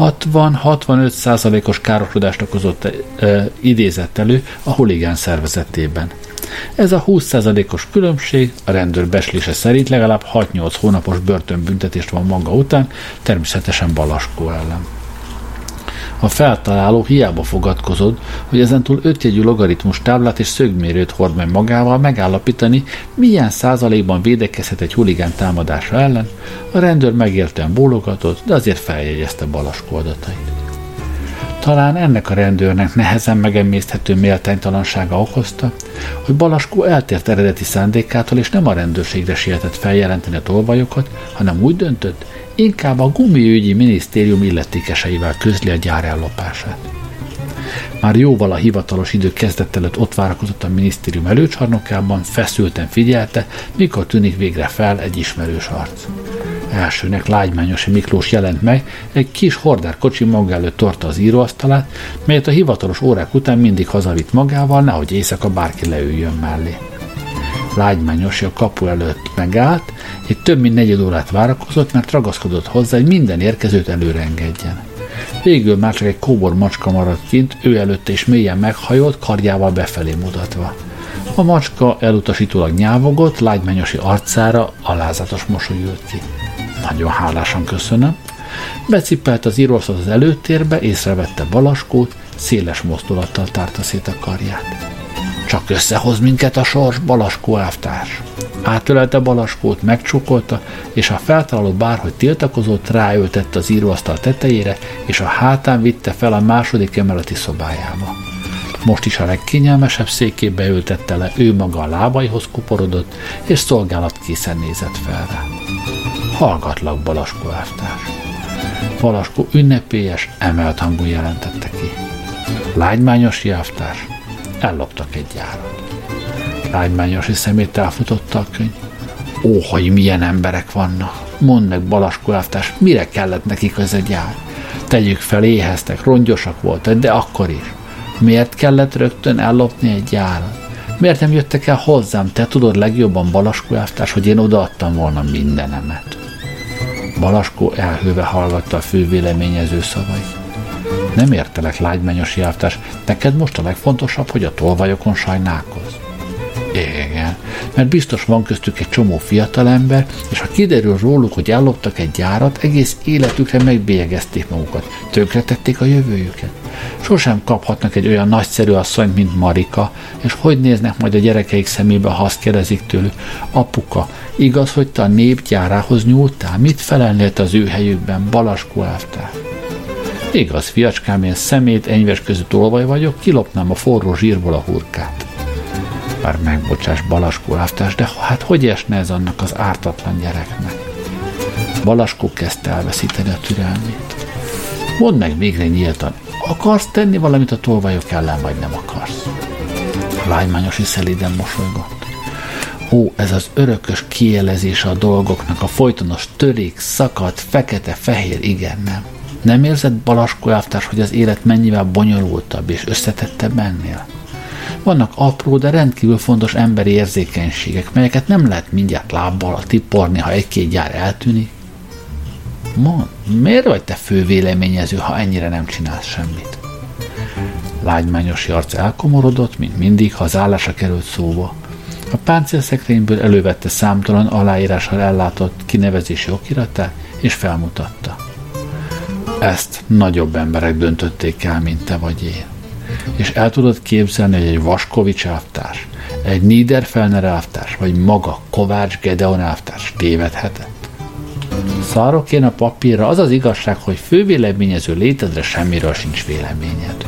60-65%-os károsodást okozott idézett elő a huligán szervezetében. Ez a 20%-os különbség a rendőr becslése szerint legalább 6-8 hónapos börtönbüntetést van maga után, természetesen Balaskó ellen. A feltaláló hiába fogadkozott, hogy ezentúl 5 jegyű logaritmus táblát és szögmérőt hord meg magával megállapítani, milyen százalékban védekezhet egy huligán támadása ellen, a rendőr megértően bólogatott, de azért feljegyezte Balaskó adatait. Talán ennek a rendőrnek nehezen megemészthető méltánytalansága okozta, hogy Balaskó eltért eredeti szándékától, és nem a rendőrségre sietett feljelenteni a tolvajokat, hanem úgy döntött, inkább a gumiügyi minisztérium illetékeseivel közli a gyár ellopását. Már jóval a hivatalos idő kezdet előtt ott várakozott a minisztérium előcsarnokában, feszülten figyelte, mikor tűnik végre fel egy ismerős arc. Elsőnek Lágymányosi Miklós jelent meg, egy kis hordárkocsi maga előtt torta az íróasztalát, melyet a hivatalos órák után mindig hazavitt magával, nehogy éjszaka bárki leüljön mellé. Lágymányosi a kapu előtt megállt, egy több mint 4 órát várakozott, mert ragaszkodott hozzá, hogy minden érkezőt előre engedjen. Végül már csak egy kóbor macska maradt kint, ő előtte is mélyen meghajolt, karjával befelé mutatva. A macska elutasítólag nyávogott, Lágymányosi arcára alázatos mosoly ült ki. Nagyon hálásan köszönöm. Becipelt az íróasztalt az előtérbe, észrevette Balaskót, széles mozdulattal tárta szét a karját. Csak összehoz minket a sors, Balaskó elvtárs. Átölelte Balaskót, megcsókolta, és a feltaláló bárhogy tiltakozott, ráültette az íróasztal tetejére, és a hátán vitte fel a második emeleti szobájába. Most is a legkényelmesebb székébe ültette le, ő maga a lábaihoz kuporodott, és szolgálatkészen nézett fel rá. Hallgatlak, Balaskó elvtárs. Balaskó ünnepélyes, emelt hangon jelentette ki. Lágymányosi elvtárs, elloptak egy gyárat. Lágymányosi szemét elfutotta a könyv. Ó, hogy milyen emberek vannak! Mondd meg, Balaskó elvtárs, mire kellett nekik ez a gyár? Tegyük fel, éheztek, rongyosak voltak, de akkor is. Miért kellett rögtön ellopni egy gyárat? Miért nem jöttek el hozzám? Te tudod legjobban, Balaskó elvtárs, hogy én odaadtam volna mindenemet. Balaskó elhőve hallgatta a fővéleményező szavait. Nem értelek, Lágymányosi elvtárs, neked most a legfontosabb, hogy a tolvajokon sajnálkozz. Igen, mert biztos van köztük egy csomó fiatalember, és ha kiderül róluk, hogy elloptak egy gyárat, egész életükre megbélyegezték magukat, tönkretették a jövőjüket. Sosem kaphatnak egy olyan nagyszerű asszonyt, mint Marika, és hogy néznek majd a gyerekeik szemébe, ha azt kérdezik tőlük: apuka, igaz, hogy te a nép gyárához nyúltál? Mit felelnél te az ő helyükben, Balaskó elvtárs? Igaz, fiacskám, én szemét, enyves közű tolvaj vagyok, kilopnám a forró zsírból a hurkát. Bár megbocsáss, Balaskó elvtárs, de hát hogy esne ez annak az ártatlan gyereknek? Balaskó kezdte elveszíteni a türelmét. Mondd meg végre nyíltan, akarsz tenni valamit a tolvajok ellen, vagy nem akarsz? Lágymányosi szelíden mosolygott. Ó, ez az örökös kielezése a dolgoknak, a folytonos törék, szakadt, fekete-fehér, igen, nem. Nem érzed, Balaskó elvtárs, hogy az élet mennyivel bonyolultabb és összetettebb ennél? Vannak apró, de rendkívül fontos emberi érzékenységek, melyeket nem lehet mindjárt lábbal tipporni, ha egy-két gyár eltűnik. Mondd, miért vagy te fővéleményező, ha ennyire nem csinálsz semmit? Lágymányosi arc elkomorodott, mint mindig, ha az állása került szóba. A páncélszekrényből elővette számtalan aláírással ellátott kinevezési okiratát, és felmutatta. Ezt nagyobb emberek döntötték el, mint te vagy én. És el tudod képzelni, hogy egy Vaskovics elvtárs, egy Niederfellner elvtárs, vagy maga Kovács Gedeon elvtárs tévedhetett? Szarok én a papírra, az az igazság, hogy fővéleményező létedre semmiről sincs véleményed.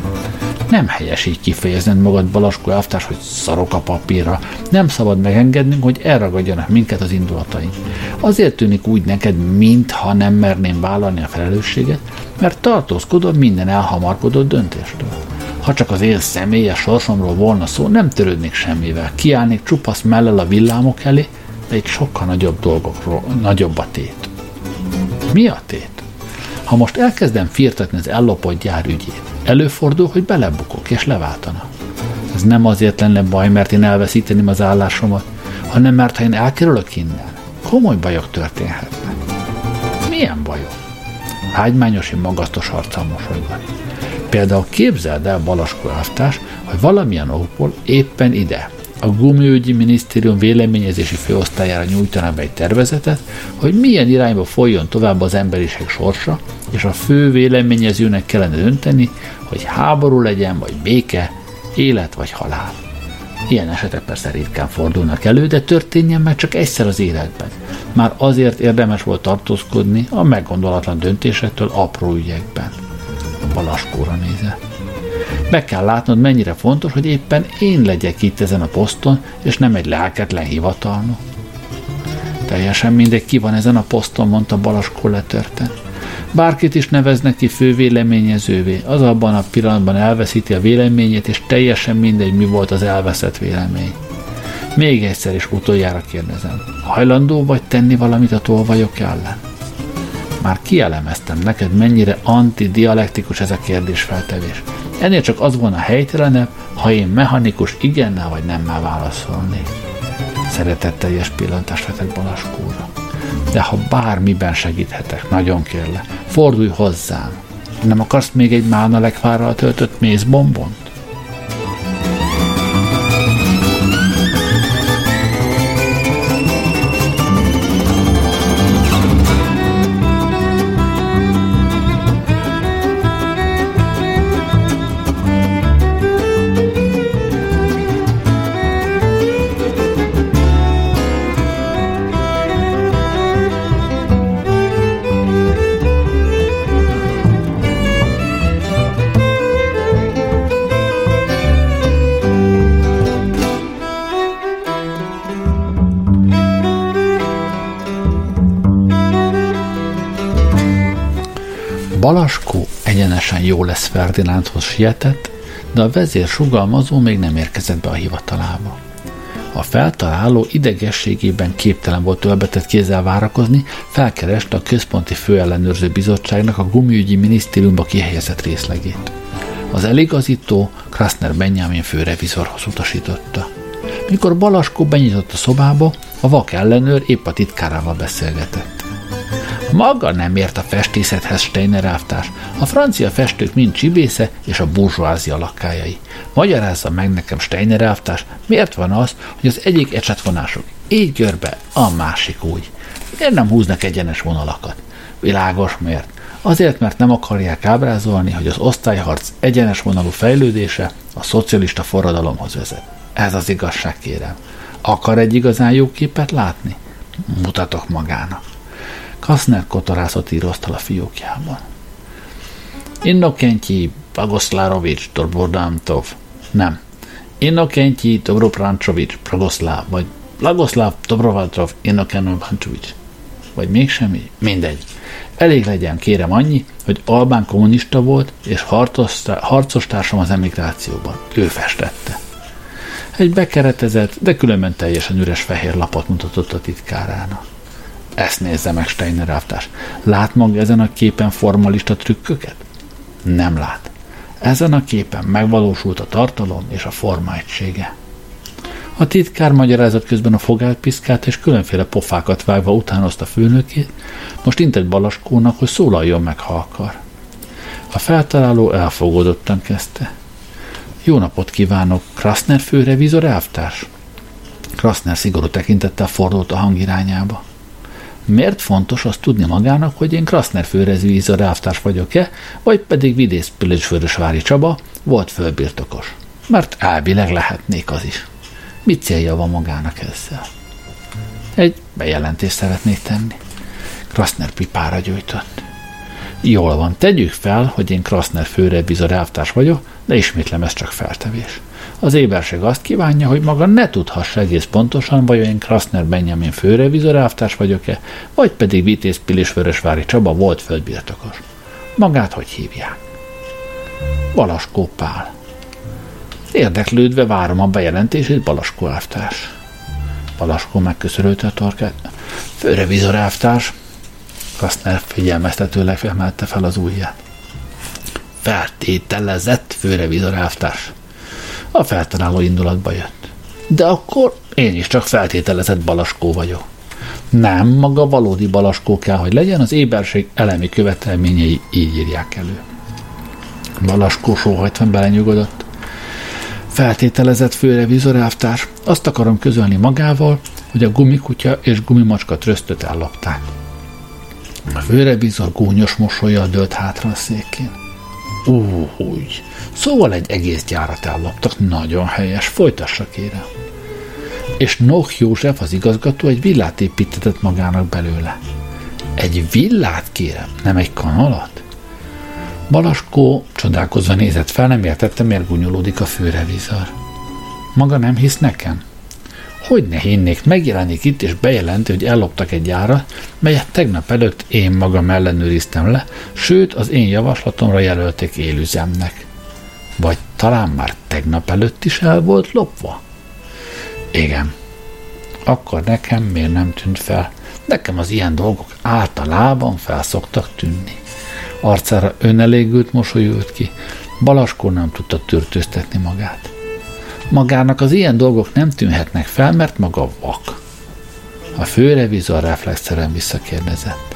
Nem helyes így kifejezned magad, Balaskó elvtárs, hogy szarok a papírra. Nem szabad megengednünk, hogy elragadjanak minket az indulataink. Azért tűnik úgy neked, mintha nem merném vállalni a felelősséget, mert tartózkodod minden elhamarkodott döntéstől. Ha csak az én személyes sorsomról volna szó, nem törődnék semmivel. Kiállnék csupasz mellel a villámok elé, de itt sokkal nagyobb dolgokról, nagyobb a tét. Mi a tét? Ha most elkezdem firtatni az ellopott gyár ügyét, előfordul, hogy belebukok és leváltanak. Ez nem azért lenne baj, mert én elveszíteném az állásomat, hanem mert ha én elkerülök innen, komoly bajok történhetnek. Milyen bajok? Lágymányosi magasztos arccal mosolygott. Például képzeld el, Balaskó elvtárs, hogy valamilyen okból éppen ide, a Gumiügyi Minisztérium véleményezési főosztályára nyújtana be egy tervezetet, hogy milyen irányba folyjon tovább az emberiség sorsa, és a fő véleményezőnek kellene dönteni, hogy háború legyen, vagy béke, élet vagy halál. Ilyen esetek persze ritkán fordulnak elő, de történjen meg csak egyszer az életben. Már azért érdemes volt tartózkodni a meggondolatlan döntésektől apró ügyekben. A Balaskóra nézett. Be kell látnod, mennyire fontos, hogy éppen én legyek itt ezen a poszton, és nem egy lelketlen hivatalnok. Teljesen mindegy, ki van ezen a poszton, mondta Balaskó letörten. Bárkit is neveznek ki fővéleményezővé, az abban a pillanatban elveszíti a véleményét, és teljesen mindegy, mi volt az elveszett vélemény. Még egyszer is utoljára kérdezem, hajlandó vagy tenni valamit a tolvajok ellen? Már kielemeztem neked, mennyire antidialektikus ez a kérdésfeltevés. Ennél csak az volna helytelenebb, ha én mechanikus igennel vagy nemmel válaszolnék. Szeretetteljes pillantást vetek Balaskóra. De ha bármiben segíthetek, nagyon kérlek, fordulj hozzám. Nem akarsz még egy málnalekvárral töltött mézbombont? Balaskó egyenesen jó lesz Ferdinándhoz sietett, de a vezér sugalmazó még nem érkezett be a hivatalába. A feltaláló idegességében képtelen volt ölbetett kézzel várakozni, felkereste a Központi Főellenőrző Bizottságnak a Gumiügyi Minisztériumba kihelyezett részlegét. Az eligazító Kraszner Benjamin főrevizorhoz utasította. Mikor Balaskó benyitott a szobába, a vak ellenőr épp a titkárával beszélgetett. Maga nem ért a festészethez, Steiner elvtárs. A francia festők mind csibésze és a burzsóázia lakájai. Magyarázza meg nekem, Steiner elvtárs, miért van az, hogy az egyik ecsetvonások így görbe, a másik úgy. Miért nem húznak egyenes vonalakat? Világos miért? Azért, mert nem akarják ábrázolni, hogy az osztályharc egyenes vonalú fejlődése a szocialista forradalomhoz vezet. Ez az igazság, kérem. Akar egy igazán jó képet látni? Mutatok magának. Kraszner kotorászott ír asztal a fiókjában. Innokentyi Bagoszlárovics Dobrodamtov. Nem. Innokentyi Dobropráncsovics Pragoszláv, vagy Blagoszláv Dobrovaltrov Innokentyi. Vagy mégsem így? Mindegy. Elég legyen, kérem, annyi, hogy albán kommunista volt, és harcos társam az emigrációban. Ő festette. Egy bekeretezett, de különben teljesen üres fehér lapot mutatott a titkárának. Ezt nézze meg, Steiner elvtárs. Lát maga ezen a képen formalista trükköket? Nem lát. Ezen a képen megvalósult a tartalom és a forma egysége. A titkár magyarázat közben a fogát piszkált, és különféle pofákat vágva utánozta főnökét, most intett Balaskónak, hogy szólaljon meg, ha akar. A feltaláló elfogódottan kezdte. Jó napot kívánok, Kraszner főrevizor elvtárs? Kraszner szigorú tekintettel fordult a hang irányába. Miért fontos azt tudni magának, hogy én Kraszner főrevizor elvtárs vagyok-e, vagy pedig Vitéz Pilisvörösvári Csaba volt földbirtokos? Mert elvileg lehetnék az is. Mi célja van magának ezzel? Egy bejelentést szeretnék tenni. Kraszner pipára gyújtott. Jól van, tegyük fel, hogy én Kraszner főrevizor elvtárs vagyok, de ismétlem, ez csak feltevés. Az éberség azt kívánja, hogy maga ne tudhassa egész pontosan, vajon én Kraszner Benjamin főrevizor elvtárs vagyok-e, vagy pedig Vitéz Pilisvörösvári Csaba volt földbirtokos. Magát hogy hívják? Balaskó Pál. Érdeklődve várom a bejelentését, Balaskó elvtárs. Balaskó megköszörülte a torkát. Főrevizor elvtárs. Kraszner figyelmeztetőleg emelte fel az ujját. Feltételezett főrevizor elvtárs. A feltaláló indulatba jött. De akkor én is csak feltételezett Balaskó vagyok. Nem, maga valódi Balaskó kell, hogy legyen, az éberség elemi követelményei így írják elő. Balaskó sóhajtva belenyugodott. Feltételezett főrevizor elvtárs, azt akarom közölni magával, hogy a gumikutya és gumimacska trösztöt ellopták. A főrevizor gúnyos mosollyal dőlt hátra a székén. Úgy. Szóval egy egész gyárat elloptak, nagyon helyes, folytassa kérem. És Noch József, az igazgató, egy villát építetett magának belőle. Egy villát kérem, nem egy kanalat? Balaskó csodálkozva nézett fel, nem értette, miért gúnyolódik a főrevizor. Maga nem hisz nekem? Hogy ne hinnék, megjelenik itt és bejelenti, hogy elloptak egy gyárat, melyet tegnap előtt én magam ellenőriztem le, sőt az én javaslatomra jelölték élüzemnek. Vagy talán már tegnap előtt is el volt lopva? Igen. Akkor nekem miért nem tűnt fel? Nekem az ilyen dolgok általában fel szoktak tűnni. Arcára önelégült mosolyult ki, Balaskó nem tudta tűrtőztetni magát. Magának az ilyen dolgok nem tűnhetnek fel, mert maga vak. A főrevizor reflexzerűen visszakérdezett.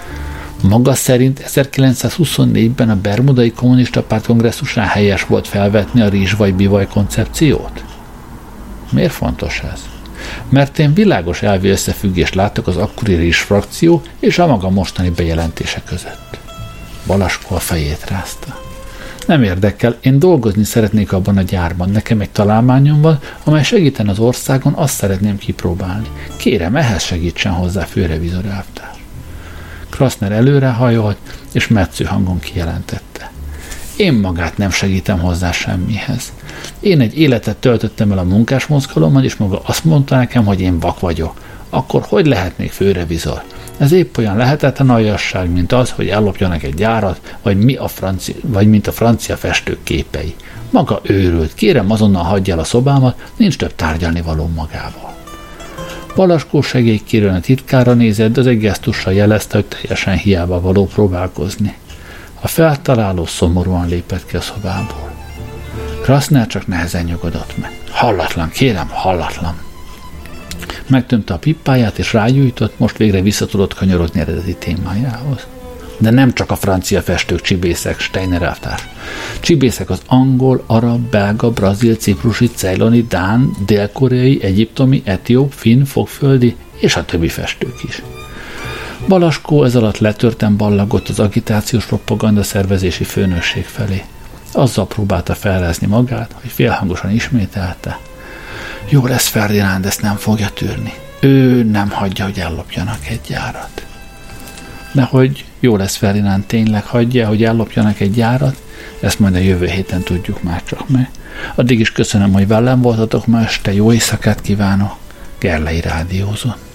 Maga szerint 1924-ben a Bermudai Kommunista Párt kongresszusán helyes volt felvetni a rizsvaj-bivaj koncepciót? Miért fontos ez? Mert én világos elvi összefüggést látok az akkori rizsfrakció és a maga mostani bejelentése között. Balaskó a fejét rázta. Nem érdekel, én dolgozni szeretnék abban a gyárban. Nekem egy találmányom van, amely segíten az országon, azt szeretném kipróbálni. Kérem, ehhez segítsen hozzá főrevizor elvtárs. Kraszner előrehajolt, és metsző hangon kijelentette. Én magát nem segítem hozzá semmihez. Én egy életet töltöttem el a munkásmozgalommal, és maga azt mondta nekem, hogy én vak vagyok. Akkor hogy lehetnék főrevizor? Ez épp olyan lehetetlen aljasság, mint az, hogy ellopjanak egy gyárat, vagy mint a francia festők képei. Maga őrült, kérem azonnal hagyja el a szobámat, nincs több tárgyalni való magával. Balaskó segélykérően a titkára nézett, de az egy gesztussal jelezte, hogy teljesen hiába való próbálkozni. A feltaláló szomorúan lépett ki a szobából. Kraszner csak nehezen nyugodott meg. Hallatlan, kérem, hallatlan. Megtömte a pippáját és rágyújtott, most végre vissza tudott kanyarodni eredeti témájához. De nem csak a francia festők csibészek, Steiner elvtárs. Csibészek az angol, arab, belga, brazil, ciprusi, ceyloni, dán, dél-koreai, egyiptomi, etióp, finn, fogföldi és a többi festők is. Balaskó ez alatt letörten ballagott az agitációs propaganda szervezési főnökség felé. Azzal próbálta felrázni magát, hogy félhangosan ismételte. Jó lesz, Ferdinánd ezt nem fogja tűrni. Ő nem hagyja, hogy ellopjanak egy gyárat. De hogy jó lesz, Ferdinánd tényleg hagyja, hogy ellopjanak egy gyárat, ezt majd a jövő héten tudjuk már csak meg. Addig is köszönöm, hogy velem voltatok ma este, jó éjszakát kívánok, Gerlei rádiózó.